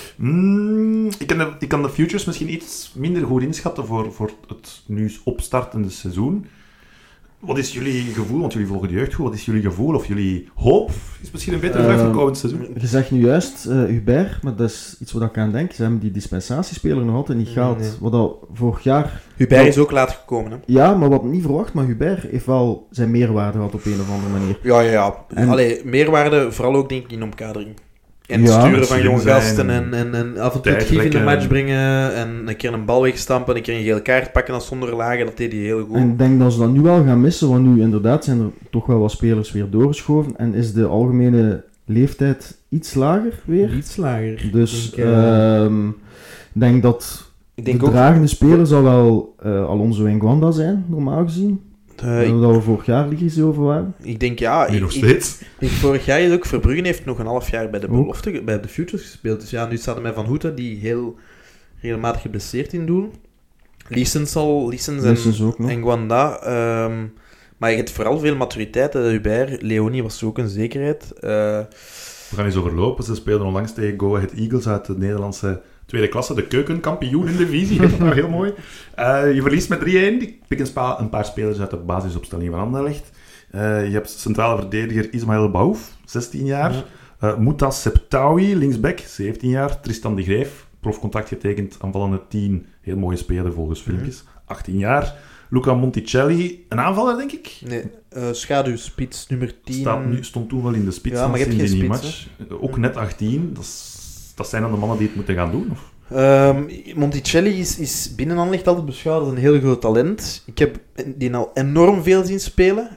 Ik kan de Futures misschien iets minder goed inschatten voor het nu opstartende seizoen. Wat is jullie gevoel? Want jullie volgen de jeugd goed. Wat is jullie gevoel of jullie hoop? Is misschien een betere vraag voor komend seizoen. Je zegt nu juist Hubert, maar dat is iets wat ik aan denk. Ze hebben die dispensatiespeler nog altijd niet gehaald. Nee. Wat al vorig jaar... Hubert is ook laat gekomen, hè? Ja, maar wat niet verwacht, maar Hubert heeft wel zijn meerwaarde gehad op een of andere manier. Ja. En- Allee, meerwaarde, vooral ook denk ik in omkadering. En Ja, sturen van slim jonge zijn gasten en af en toe het tijd gif in de trekken. match brengen en een keer een bal wegstampen, een keer een gele kaart pakken als zonder lagen, dat deed hij heel goed. En ik denk dat ze dat nu wel gaan missen, want nu inderdaad zijn er toch wel wat spelers weer doorgeschoven en is de algemene leeftijd iets lager weer. Iets lager. Dus Ik denk dat ik de denk ook... dragende speler zal wel Alonso en Gwanda zijn, normaal gezien. Dat we vorig jaar liggen over waren. Ik denk ja... Nu nog steeds. Vorig jaar is ook Verbruggen heeft nog een half jaar bij de Ook. belofte, bij de Futures gespeeld. Dus ja, nu staat er met Van Houten, die heel regelmatig geblesseerd in doel. Liessens Lessens ook nog. en Gwanda. Maar je hebt vooral veel maturiteit. Hubert, Leonie was ook een zekerheid. We gaan eens overlopen. Ze speelden onlangs tegen Go Ahead Eagles uit de Nederlandse tweede klasse. De keukenkampioen in de divisie. Heet dat nou heel mooi. Je verliest met 3-1. Ik pik een paar spelers uit de basisopstelling van Anderlecht. Je hebt centrale verdediger Ismaël Baouf, 16 jaar. Mouta Septaoui, linksback, 17 jaar. Tristan de Greef, profcontact getekend, aanvallende 10. Heel mooie speler volgens filmpjes. 18 jaar. Luca Monticelli, een aanvaller denk ik. Nee, schaduwspits nummer 10. Stond toen wel in de spits Ja, maar je hebt sinds geen die spits, match. Ook net 18. Dat zijn dan de mannen die het moeten gaan doen? Of? Monticelli is binnen Anderlecht altijd beschouwd als een heel groot talent. Ik heb die al enorm veel zien spelen.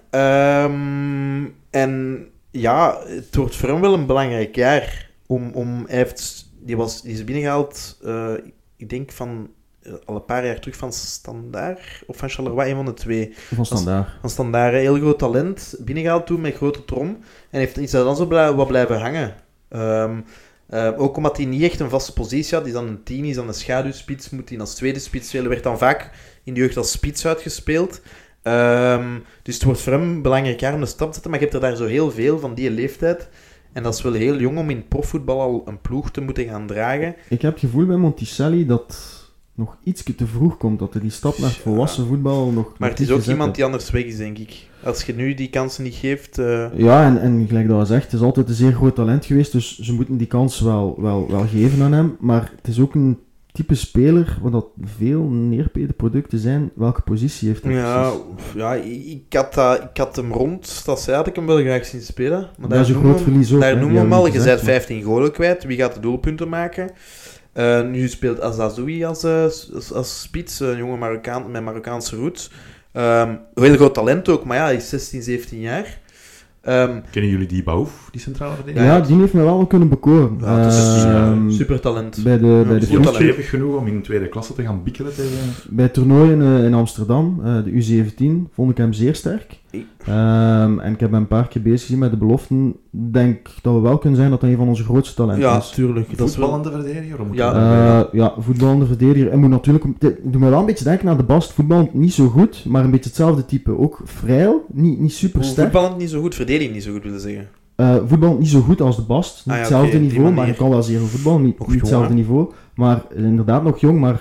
En ja, het wordt voor hem wel een belangrijk jaar. Die is binnengehaald, ik denk al een paar jaar terug van Standaard of van Charleroi, een van de twee. Van Standaard. Van Standaard, een heel groot talent. Binnengehaald toen met grote trom. En is daar dan zo wat blijven hangen. Ook omdat hij niet echt een vaste positie had. Die is dan een 10, is dan een schaduwspits, moet hij als tweede spits spelen. Werd dan vaak in de jeugd als spits uitgespeeld. Dus het wordt voor hem een belangrijk jaar om de stap te zetten. Maar je hebt er daar zo heel veel van die leeftijd. En dat is wel heel jong om in profvoetbal al een ploeg te moeten gaan dragen. Ik heb het gevoel bij Monticelli dat nog iets te vroeg komt. Dat hij die stap naar volwassen voetbal nog Maar het is ook iemand die anders weg is, denk ik. Als je nu die kansen niet geeft... Ja, en gelijk dat we zegt, het is altijd een zeer groot talent geweest. Dus ze moeten die kans wel geven aan hem. Maar het is ook een type speler waar dat veel neerpede producten zijn. Welke positie heeft hij precies? Ik had hem rond Stadsij, had ik hem wel graag zien spelen. Maar Dat is een groot verlies ook. Daar hè, noemen we hem al. Je gezegd, bent maar- 15 golen kwijt. Wie gaat de doelpunten maken? Nu speelt Azazoui als spits, een jonge Marokkaan met Marokkaanse roots. Heel groot talent ook, maar ja, hij is 16, 17 jaar. Kennen jullie die Baouf, die centrale verdediger? Ja, die heeft me wel nog kunnen bekoren. Ja, het is Super supertalent. bij de goed films- talent. Stevig genoeg om in tweede klasse te gaan bikkelen tegen... bij toernooien in Amsterdam, de U17, vond ik hem zeer sterk. En ik heb hem een paar keer bezig gezien met de beloften. Ik denk dat we wel kunnen zijn dat hij een van onze grootste talenten Ja, is. tuurlijk. Dat is wel... Voetballende verdediger? Of moet Ja. dat- Ja, voetballende verdediger. En moet natuurlijk... Het doet me wel een beetje denken aan de Bast. Voetbal niet zo goed, maar een beetje hetzelfde type. Ook vrij, niet super sterk. Voetballend niet zo goed, verdediging niet zo goed, willen zeggen. Voetbal niet zo goed als de Bast. Niet Ah ja, hetzelfde oké, op die niveau, maar manier. hij kan wel zeer goed voetballen. Niet Nog niet jong, hetzelfde hè? niveau. Maar inderdaad nog jong, maar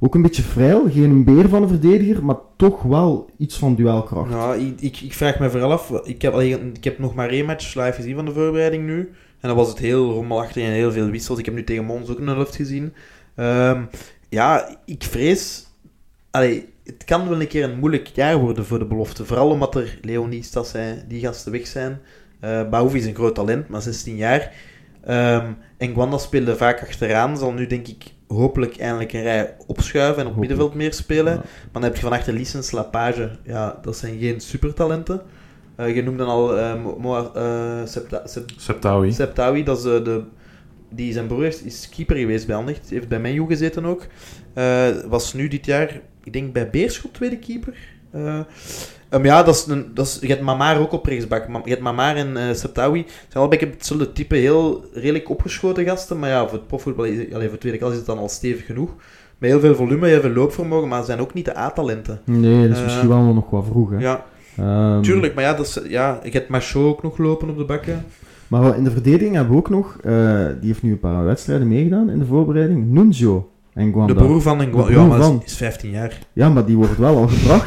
Ook een beetje vrij, geen beer van een verdediger, maar toch wel iets van duelkracht. Ja, ik vraag me vooral af. Ik heb nog maar 1 match live gezien van de voorbereiding nu. En dan was het heel rommelachtig en heel veel wissels. Ik heb nu tegen Mons ook een helft gezien. Ja, ik vrees... het kan wel een keer een moeilijk jaar worden voor de belofte. Vooral omdat er Leonie, Stassij, die gasten weg zijn. Bauvi is een groot talent, maar 16 jaar. En Gwanda speelde vaak achteraan. Zal nu, denk ik, hopelijk eindelijk een rij opschuiven en op middenveld meer spelen. Ja. Maar dan heb je van achter Lissens, Lapage. Ja, dat zijn geen supertalenten. Je noemde al Septawi. Dat is die zijn broer is keeper geweest bij Anderlecht. Heeft bij Menju gezeten ook. Was nu dit jaar, ik denk bij Beerschot, tweede keeper. Ja, je hebt Mamar ook op rechtsbak. Je hebt Mamar en Septawi. Zijn allebei hetzelfde type, heel redelijk opgeschoten gasten. Maar ja, voor het profvoetbal, voor de tweede klas is het dan al stevig genoeg. Met heel veel volume, heel veel loopvermogen, maar ze zijn ook niet de A-talenten. Nee, dat is misschien wel nog wat vroeg. Hè. Ja, tuurlijk. Maar je hebt Macho ook nog lopen op de bakken. Maar in de verdediging hebben we ook nog, die heeft nu een paar wedstrijden meegedaan in de voorbereiding, Nunzio en Gwanda. De broer van Gwanda. Ja, maar is 15 jaar. Ja, maar die wordt wel al gebracht.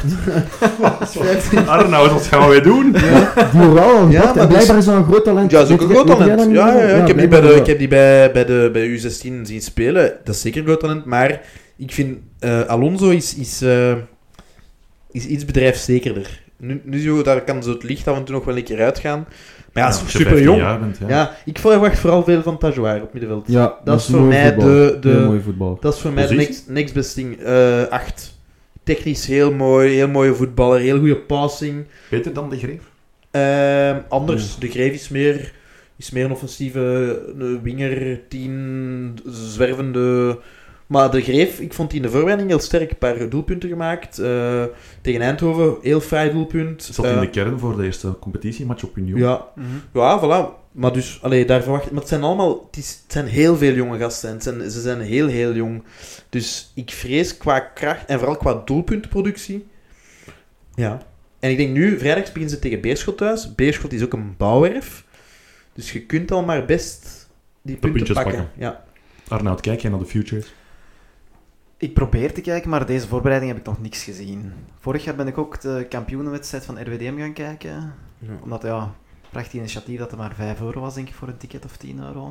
Arnoud, wat gaan we doen? Ja, die wordt wel al gebracht. Ja, maar en blijkbaar is dat een groot talent. Ja, dat is ook een groot talent. Ja. Ik heb die bij... bij U16 zien spelen. Dat is zeker een groot talent. Maar ik vind Alonso is iets bedrijfszekerder. Nu daar kan zo het licht af en toe nog wel een keer uitgaan. Maar ja, super jong. Ja, ik verwacht vooral veel van Tajoar op middenveld. Ja, dat is voor mij de mooie voetbal. Dat is voor mij de next best thing. 8. Technisch heel mooi, heel mooie voetballer, heel goede passing. Beter dan De Greef? Anders. De Greef is meer een offensieve winger, 10 zwervende. Maar De Greef, ik vond die in de voorbereiding heel sterk. Een paar doelpunten gemaakt. Tegen Eindhoven, heel fraai doelpunt. Zat in de kern voor de eerste competitiematch op Union. Ja, ja, voilà. Maar dus, daar verwacht ik... Maar het zijn allemaal... Het zijn heel veel jonge gasten. Ze zijn heel, heel jong. Dus ik vrees qua kracht en vooral qua doelpuntenproductie. Ja. En ik denk nu, vrijdags beginnen ze tegen Beerschot thuis. Beerschot is ook een bouwwerf. Dus je kunt al maar best die punten pakken. Ja. Arnoud, kijk jij naar de futures? Ik probeer te kijken, maar deze voorbereiding heb ik nog niks gezien. Vorig jaar ben ik ook de kampioenenwedstrijd van RWDM gaan kijken. Ja. Omdat, prachtig initiatief dat er maar €5 was, denk ik, voor een ticket of €10.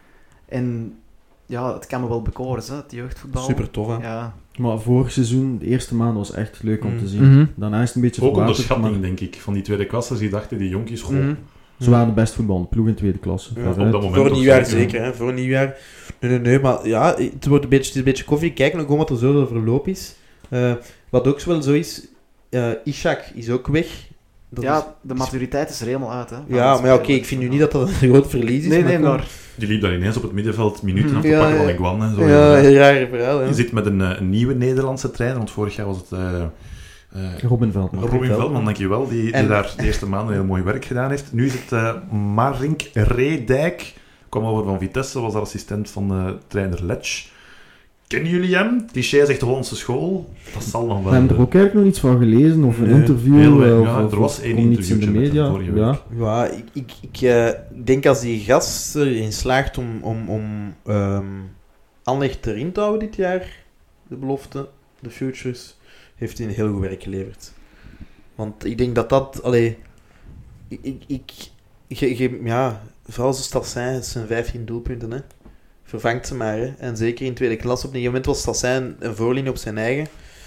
En ja, het kan me wel bekoren, het jeugdvoetbal. Super tof, hè? Ja. Maar vorig seizoen, de eerste maand, was echt leuk om te zien. Daarna is het een beetje ook onderschatting, denk ik, van die tweede klassers die dachten, die jonkies, ze waren de best voetbal, ploeg in tweede klasse. Ja, op dat moment voor nieuwjaar zeker, hè. Voor nieuwjaar. Nee, maar ja, het is een beetje koffie. Kijk nog wat er zoveel verloop is. Wat ook wel zo is, Ishak is ook weg. De maturiteit is er helemaal uit, hè. Ja, maar oké, ik vind nu niet dat dat een groot verlies is. Nee, maar... Die liep daar ineens op het middenveld minuten af te pakken van Iguan en zo. Ja, heel raar verhaal, hè. Je zit met een nieuwe Nederlandse trainer, want vorig jaar was het... Robin Veldman, dankjewel, die daar de eerste maanden heel mooi werk gedaan heeft. Nu is het Marink Reedijk, kwam over van Vitesse, was assistent van trainer Letch. Kennen jullie hem? Cliché zegt de Hollandse school. Dat zal dan wel... We hebben er ook eigenlijk nog iets van gelezen, of een interview. Er was één interview in de media. Vorige week. Ja, ik denk als die gast erin slaagt om Anderlecht erin te houden dit jaar, de belofte, de futures, heeft hij een heel goed werk geleverd. Want ik denk dat... vooral zoals Stassin, het zijn 15 doelpunten, hè. Vervangt ze maar, hè. En zeker in tweede klas. Op een gegeven moment was Stassin een voorlinie op zijn eigen.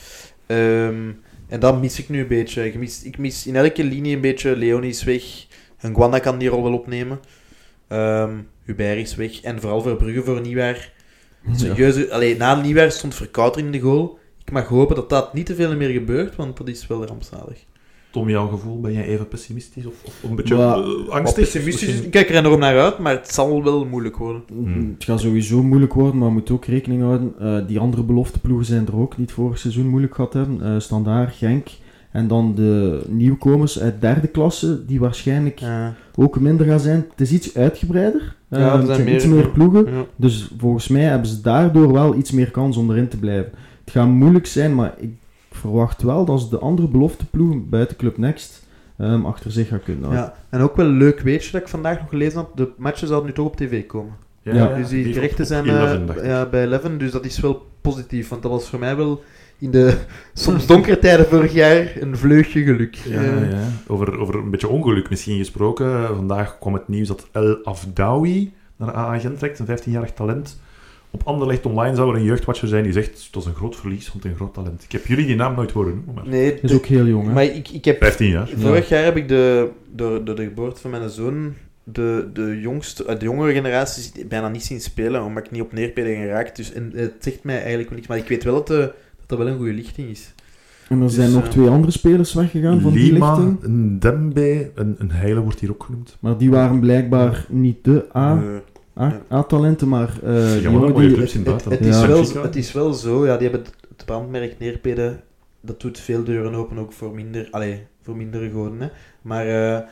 En dat mis ik nu een beetje. Ik mis in elke linie een beetje... Leonie is weg. En Gwanda kan die rol wel opnemen. Hubert is weg. En vooral Verbrugge voor Nieuwjaar. Na Nieuwjaar stond Verkouter in de goal. Ik mag hopen dat dat niet te veel meer gebeurt, want dat is wel rampzalig. Tom, jouw gevoel, ben jij even pessimistisch of een beetje angstig? Pessimistisch. Ik kijk er enorm naar uit, maar het zal wel moeilijk worden. Het gaat sowieso moeilijk worden, maar we moeten ook rekening houden. Die andere belofteploegen zijn er ook niet vorig seizoen moeilijk gehad hebben. Standaard, Genk. En dan de nieuwkomers uit derde klasse, die waarschijnlijk ook minder gaan zijn. Het is iets uitgebreider. Er zijn iets meer ploegen. Ja. Dus volgens mij hebben ze daardoor wel iets meer kans om erin te blijven. Het gaat moeilijk zijn, maar ik verwacht wel dat ze de andere belofteploegen buiten Club Next achter zich gaan kunnen houden. Ja, en ook wel een leuk weetje dat ik vandaag nog gelezen had. De matchen zouden nu toch op tv komen. Ja. Dus die heeft gerechten op zijn 11, dacht ik. bij 11, dus dat is wel positief. Want dat was voor mij wel in de soms donkere tijden vorig jaar een vleugje geluk. Ja. Over een beetje ongeluk misschien gesproken. Vandaag kwam het nieuws dat El Afdaoui naar AA Gent trekt, een 15-jarig talent. Op Anderlecht Online zou er een jeugdwatcher zijn die zegt het was een groot verlies, want een groot talent. Ik heb jullie die naam nooit horen noemen, maar Nee, Dat is ook heel jong, hè? maar ik heb... 15 jaar. Vorig jaar heb ik door de geboorte van mijn zoon de jongere generaties bijna niet zien spelen, omdat ik niet op neerp ben geraakt. Dus, en het zegt mij eigenlijk wel niks, maar ik weet wel dat dat wel een goede lichting is. En er zijn Dus, nog 2 andere spelers weggegaan van die Lima, lichting. een Dembe, een Heile wordt hier ook genoemd. Maar die waren blijkbaar niet de A-talenten, maar die maar jongen mooie die... clubs in het buitenland. Het is wel zo, ja, die hebben het brandmerk Neerpede, dat doet veel deuren open, ook voor mindere goden. Hè. Maar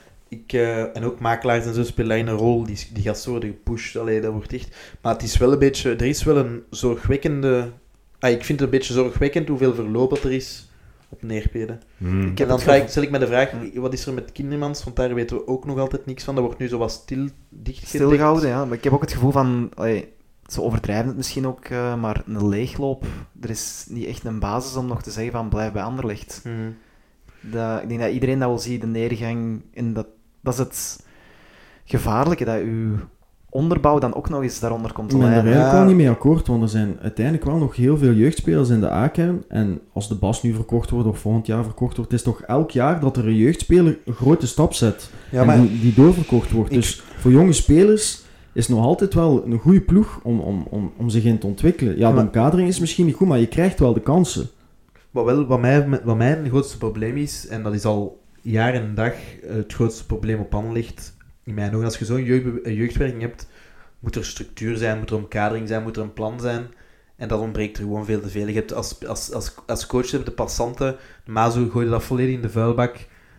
en ook makelaars en zo spelen daarin een rol, die gasten worden gepusht, dat wordt echt... Maar het is wel een beetje, er is wel een zorgwekkende... ik vind het een beetje zorgwekkend hoeveel verloop dat er is op Neerpede. En dan stel ik me de vraag, wat is er met Kindermans? Want daar weten we ook nog altijd niks van. Dat wordt nu zo wat stilgehouden, ja. Maar ik heb ook het gevoel van... Ze overdrijven het misschien ook, maar een leegloop... Er is niet echt een basis om nog te zeggen van blijf bij Anderlecht. Ik denk dat iedereen dat wel ziet, de neergang. En dat is het gevaarlijke, dat uw onderbouw dan ook nog eens daaronder komt te Ik ben er lijden. eigenlijk wel niet mee akkoord, want er zijn uiteindelijk wel nog heel veel jeugdspelers in de A-kern. En als de Bas nu verkocht wordt of volgend jaar verkocht wordt, het is toch elk jaar dat er een jeugdspeler een grote stap zet. Ja, en maar die doorverkocht wordt. Dus voor jonge spelers is nog altijd wel een goede ploeg om zich in te ontwikkelen. Ja, de omkadering is misschien niet goed, maar je krijgt wel de kansen. wat mij het grootste probleem is, en dat is al jaar en dag het grootste probleem op Anderlecht, in mijn ogen, als je zo'n jeugdwerking hebt, moet er structuur zijn, moet er omkadering zijn, moet er een plan zijn. En dat ontbreekt er gewoon veel te veel. Je hebt als coach de passanten, de Mazo gooide dat volledig in de vuilbak.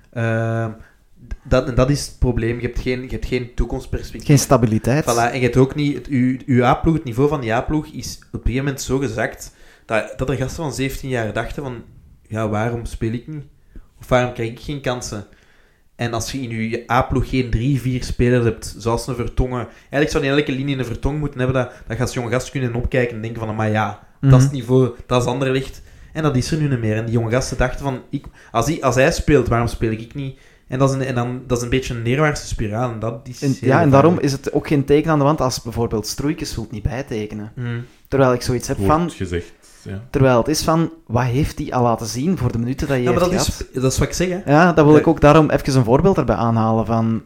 Dat is het probleem. Je hebt geen toekomstperspectief. Geen stabiliteit. Voilà, en je hebt ook niet... Uw A-ploeg, het niveau van die A-ploeg is op een gegeven moment zo gezakt dat er gasten van 17 jaar dachten van ja, waarom speel ik niet? Of waarom krijg ik geen kansen? En als je in je A-ploeg geen 3-4 spelers hebt, zoals een Vertongen... Eigenlijk zou je in elke linie een Vertongen moeten hebben dat je als jonge gast kunnen opkijken en denken van maar ja, dat is het niveau, dat is Anderlecht. En dat is er nu niet meer. En die jonge gasten dachten van als hij speelt, waarom speel ik niet? En dat is een beetje een neerwaartse spiraal. En dat is en daarom is het ook geen teken aan de wand als bijvoorbeeld Stroeikens wilt niet bijtekenen. Terwijl ik zoiets heb van... gezegd, ja. Terwijl het is van, wat heeft hij al laten zien voor de minuten dat je heeft gehad? Dat is wat ik zeg, hè. Ja, dat wil ik ook daarom even een voorbeeld erbij aanhalen voor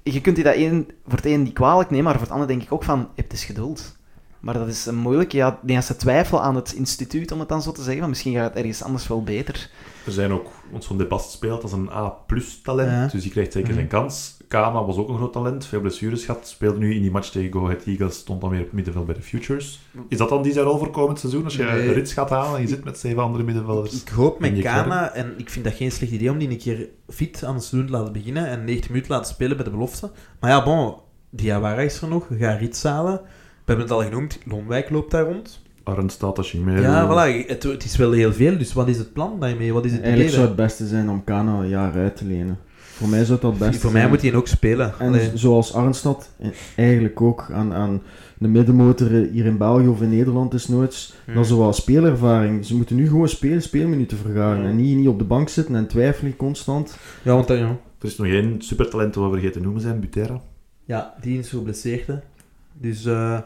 het een die kwalijk neemt, maar voor het ander denk ik ook van, heb eens geduld. Maar dat is moeilijk. Ja, ik denk dat ze twijfelen aan het instituut, om het dan zo te zeggen, van misschien gaat het ergens anders wel beter. Er zijn ook, ons van de Bast speelt als een A-plus talent, Ja. dus die krijgt zeker zijn kans. Kana was ook een groot talent, veel blessures gehad, speelde nu in die match tegen Go Ahead Eagles, stond dan weer op het middenveld bij de Futures. Is dat dan die zijn rol voor komend seizoen, als je een rits gaat halen en je zit met 7 andere middenvelders? Ik hoop met En je Kana, en ik vind dat geen slecht idee om die een keer fit aan het seizoen te laten beginnen en 90 minuten laten spelen bij de belofte. Maar ja, bon, Diawara is er nog, we gaan rits halen. We hebben het al genoemd, Lonwijk loopt daar rond. Arnstad, Chimero. Ja, voilà, het is wel heel veel, dus wat is het plan daarmee? Wat is het Eigenlijk idee? zou het beste zijn om Kana een jaar uit te lenen. Voor mij zou dat het beste Voor zijn. mij moet hij ook spelen. En Allee. zoals Arnstad eigenlijk ook aan de middenmotor hier in België of in Nederland is nooit, dat is wel speelervaring. Ze moeten nu gewoon speelminuten vergaren en niet op de bank zitten en twijfelen constant. Ja, want Er is nog één supertalent wat we vergeten te noemen zijn, Butera. ja, die is geblesseerd, hè. Dus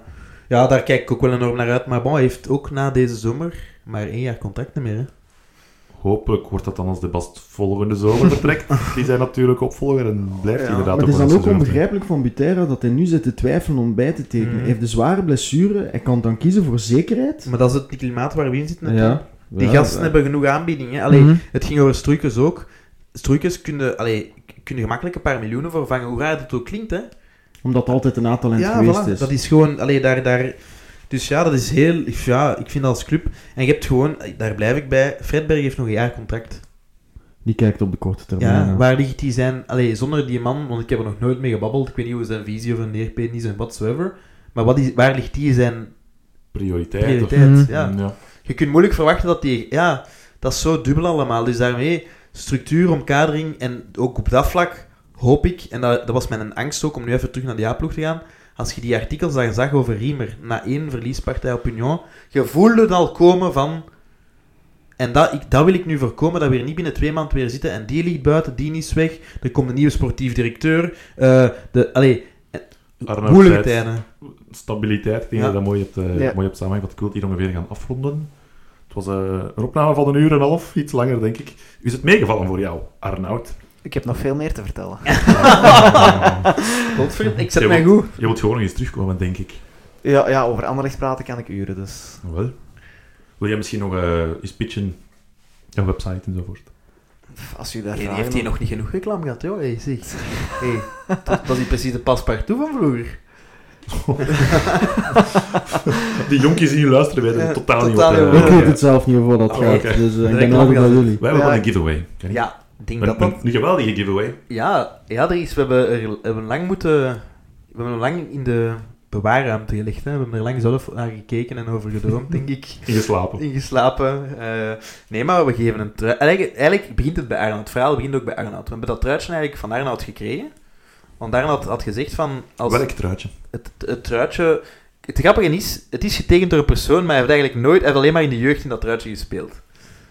ja, daar kijk ik ook wel enorm naar uit. Maar bon, hij heeft ook na deze zomer maar 1 jaar contract meer, hè. Hopelijk wordt dat dan als de Bast volgende zomer vertrekt. Die zijn natuurlijk opvolger en blijft inderdaad Maar het is een dan ook seizoen of onbegrijpelijk van Butera dat hij nu zit te twijfelen om bij te tekenen. Hij heeft een zware blessure, hij kan dan kiezen voor zekerheid. Maar dat is het klimaat waar we in zitten natuurlijk. Die Ja, gasten ja. hebben genoeg aanbieding, hè. Allee, het ging over Stroeikens ook. Stroeikens kunnen gemakkelijk een paar miljoenen voor vangen. Hoe raar het ook klinkt, hè. Omdat het altijd een A-talent geweest is. Dat is gewoon... Allee, daar... Dus ja, dat is heel... Ja, ik vind dat als club... En je hebt gewoon... Daar blijf ik bij. Fredberg heeft nog 1 jaar contract. Die kijkt op de korte termijn. Ja, hè. waar ligt die zijn... Allee, zonder die man... Want ik heb er nog nooit mee gebabbeld. Ik weet niet hoe zijn visie over een neerpeen is en whatsoever. Maar waar ligt die zijn prioriteit. prioriteit? Ja. Ja. Je kunt moeilijk verwachten dat die... Ja, dat is zo dubbel allemaal. Dus daarmee... Structuur, omkadering... En ook op dat vlak hoop ik... En dat was mijn angst ook om nu even terug naar die A-ploeg te gaan... als je die artikels dan zag over Riemer, na 1 verliespartij op Union, je voelde het al komen van... En dat wil ik nu voorkomen, dat we er niet binnen 2 maanden weer zitten en die ligt buiten, die is weg, er komt een nieuwe sportief directeur, moeilijke tijden. Stabiliteit, ik denk dat je dat mooi hebt samengevat. Ik wil het hier ongeveer gaan afronden. Het was een opname van 1 uur en een half, iets langer denk ik. Is het meegevallen voor jou, Arnoud? Ik heb nog veel meer te vertellen. Ik zet mij goed. Je wilt gewoon nog eens terugkomen, denk ik. Ja, over Anderlecht praten kan ik uren, dus... Wel. Wil jij misschien nog eens pitchen, jouw website enzovoort? Als u daar Die vragen heeft hier nog niet genoeg reclame gehad, joh. Hey, zeg. Dat was niet precies de paspartout van vroeger. Die jonkies die hier luisteren weten er totaal niet totaal op. niet Ik weet het zelf niet over dat gaat, oké. dus ik ben reclame ouder dan jullie. Wij hebben wel een giveaway. Ja, ik denk dat... Een geweldige giveaway. Ja, we hebben lang in de bewaarruimte gelegd. Hè. We hebben er lang zelf naar gekeken en over gedroomd, denk ik. Ingeslapen. Nee, maar we geven een trui... Eigenlijk begint het bij Arnoud. Het verhaal begint ook bij Arnoud. We hebben dat truitje eigenlijk van Arnoud gekregen. Want Arnoud had gezegd van... Welk truitje? Het truitje... Het grappige is, het is getekend door een persoon, maar hij heeft alleen maar in de jeugd in dat truitje gespeeld.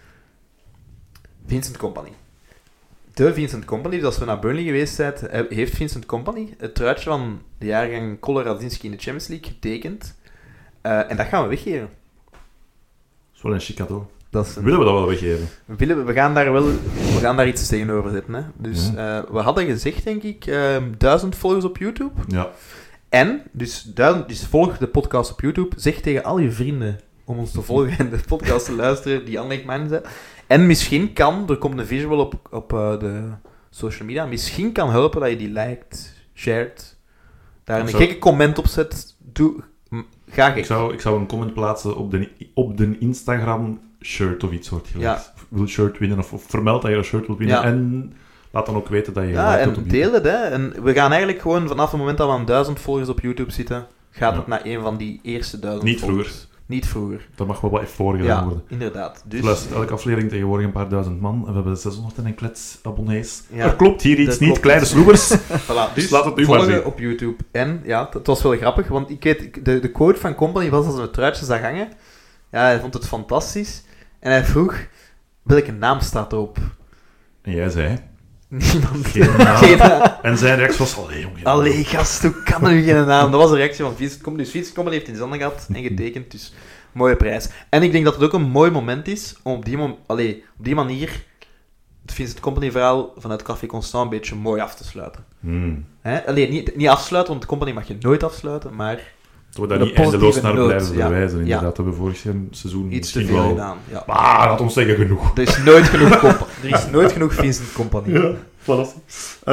Vincent Kompany. De Vincent Kompany, dus als we naar Burnley geweest zijn, heeft Vincent Kompany het truitje van de jaargang Koller-Radzinski in de Champions League getekend. En dat gaan we weggeven. Dat is wel een chic cadeau. Willen we dat wel weggeven? We gaan daar iets tegenover zetten. Hè. Dus we hadden gezegd, denk ik, 1000 volgers op YouTube. Ja. En, dus volg de podcast op YouTube. Zeg tegen al je vrienden om ons te volgen en de podcast te luisteren die Anderlecht zijn. En misschien er komt een visual op de social media, misschien kan helpen dat je die liked, shared, daar een gekke comment op zet. Ga gek. Ik zou een comment plaatsen op de Instagram shirt of iets soortgelijks. Ja. Wil shirt winnen of vermeld dat je een shirt wilt winnen. Ja. En laat dan ook weten dat je... Ja, en deel het. Hè. En we gaan eigenlijk gewoon vanaf het moment dat we aan 1000 volgers op YouTube zitten, gaat het naar een van die eerste 1000 Niet volgers. Niet vroeger. Dat mag wel wat even voorgedaan worden. Ja, inderdaad. Dus... luistert elke aflevering tegenwoordig een paar duizend man. En we hebben 600 en een klets abonnees. Ja, er klopt hier iets dat niet, klopt. kleine sloebers. Voilà, Dus laat het nu maar volgen zien. op YouTube. En ja, het was wel grappig, want ik weet, de quote van Kompany was als hij het truitje zag hangen. Ja, hij vond het fantastisch. En hij vroeg, welke naam staat erop? En jij zei... Niemand. Geen naam. En zijn reactie was... Allee, gast, hoe kan er nu geen naam? Dat was de reactie van Vincent Kompany. Dus Vincent Kompany heeft in zijn handen gehad en getekend, dus mooie prijs. En ik denk dat het ook een mooi moment is om op die manier het Vincent Kompany verhaal vanuit Café Constant een beetje mooi af te sluiten. Niet afsluiten, want de Kompany mag je nooit afsluiten, maar... Dat we daar niet eindeloos naar blijven ja. verwijzen. Inderdaad, Ja. dat hebben we vorig seizoen Iets te misschien veel wel... gedaan. Ja. Maar laat ons zeggen genoeg. Er is nooit genoeg Kompany. Er is nooit genoeg Vincent Kompany. Ja, voilà.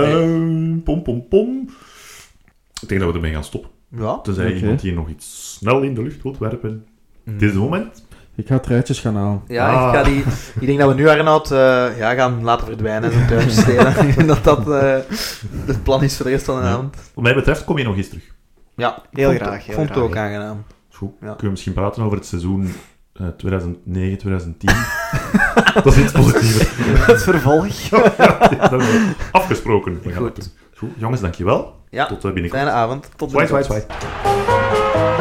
Pom. Ik denk dat we ermee gaan stoppen. Ja. Tenzij iemand hier nog iets snel in de lucht wilt werpen. Dit is het moment. Ik ga truitjes gaan halen. Ja, ik denk dat we nu Arnoud gaan laten verdwijnen en zijn tuintje stelen. Ik denk dat het plan is voor de rest van de avond. Wat mij betreft kom je nog eens terug. Ja, Heel graag. Ik vond het ook aangenaam. Goed. Ja. Kunnen we misschien praten over het seizoen 2009-2010? Dat is iets positiever. Het vervolg. Dat hebben we afgesproken. We gaan Goed. dat doen. Goed. Jongens, dankjewel. Ja, Tot binnenkort. fijne avond. Tot Zwaai, binnenkort. zwaai, zwaai.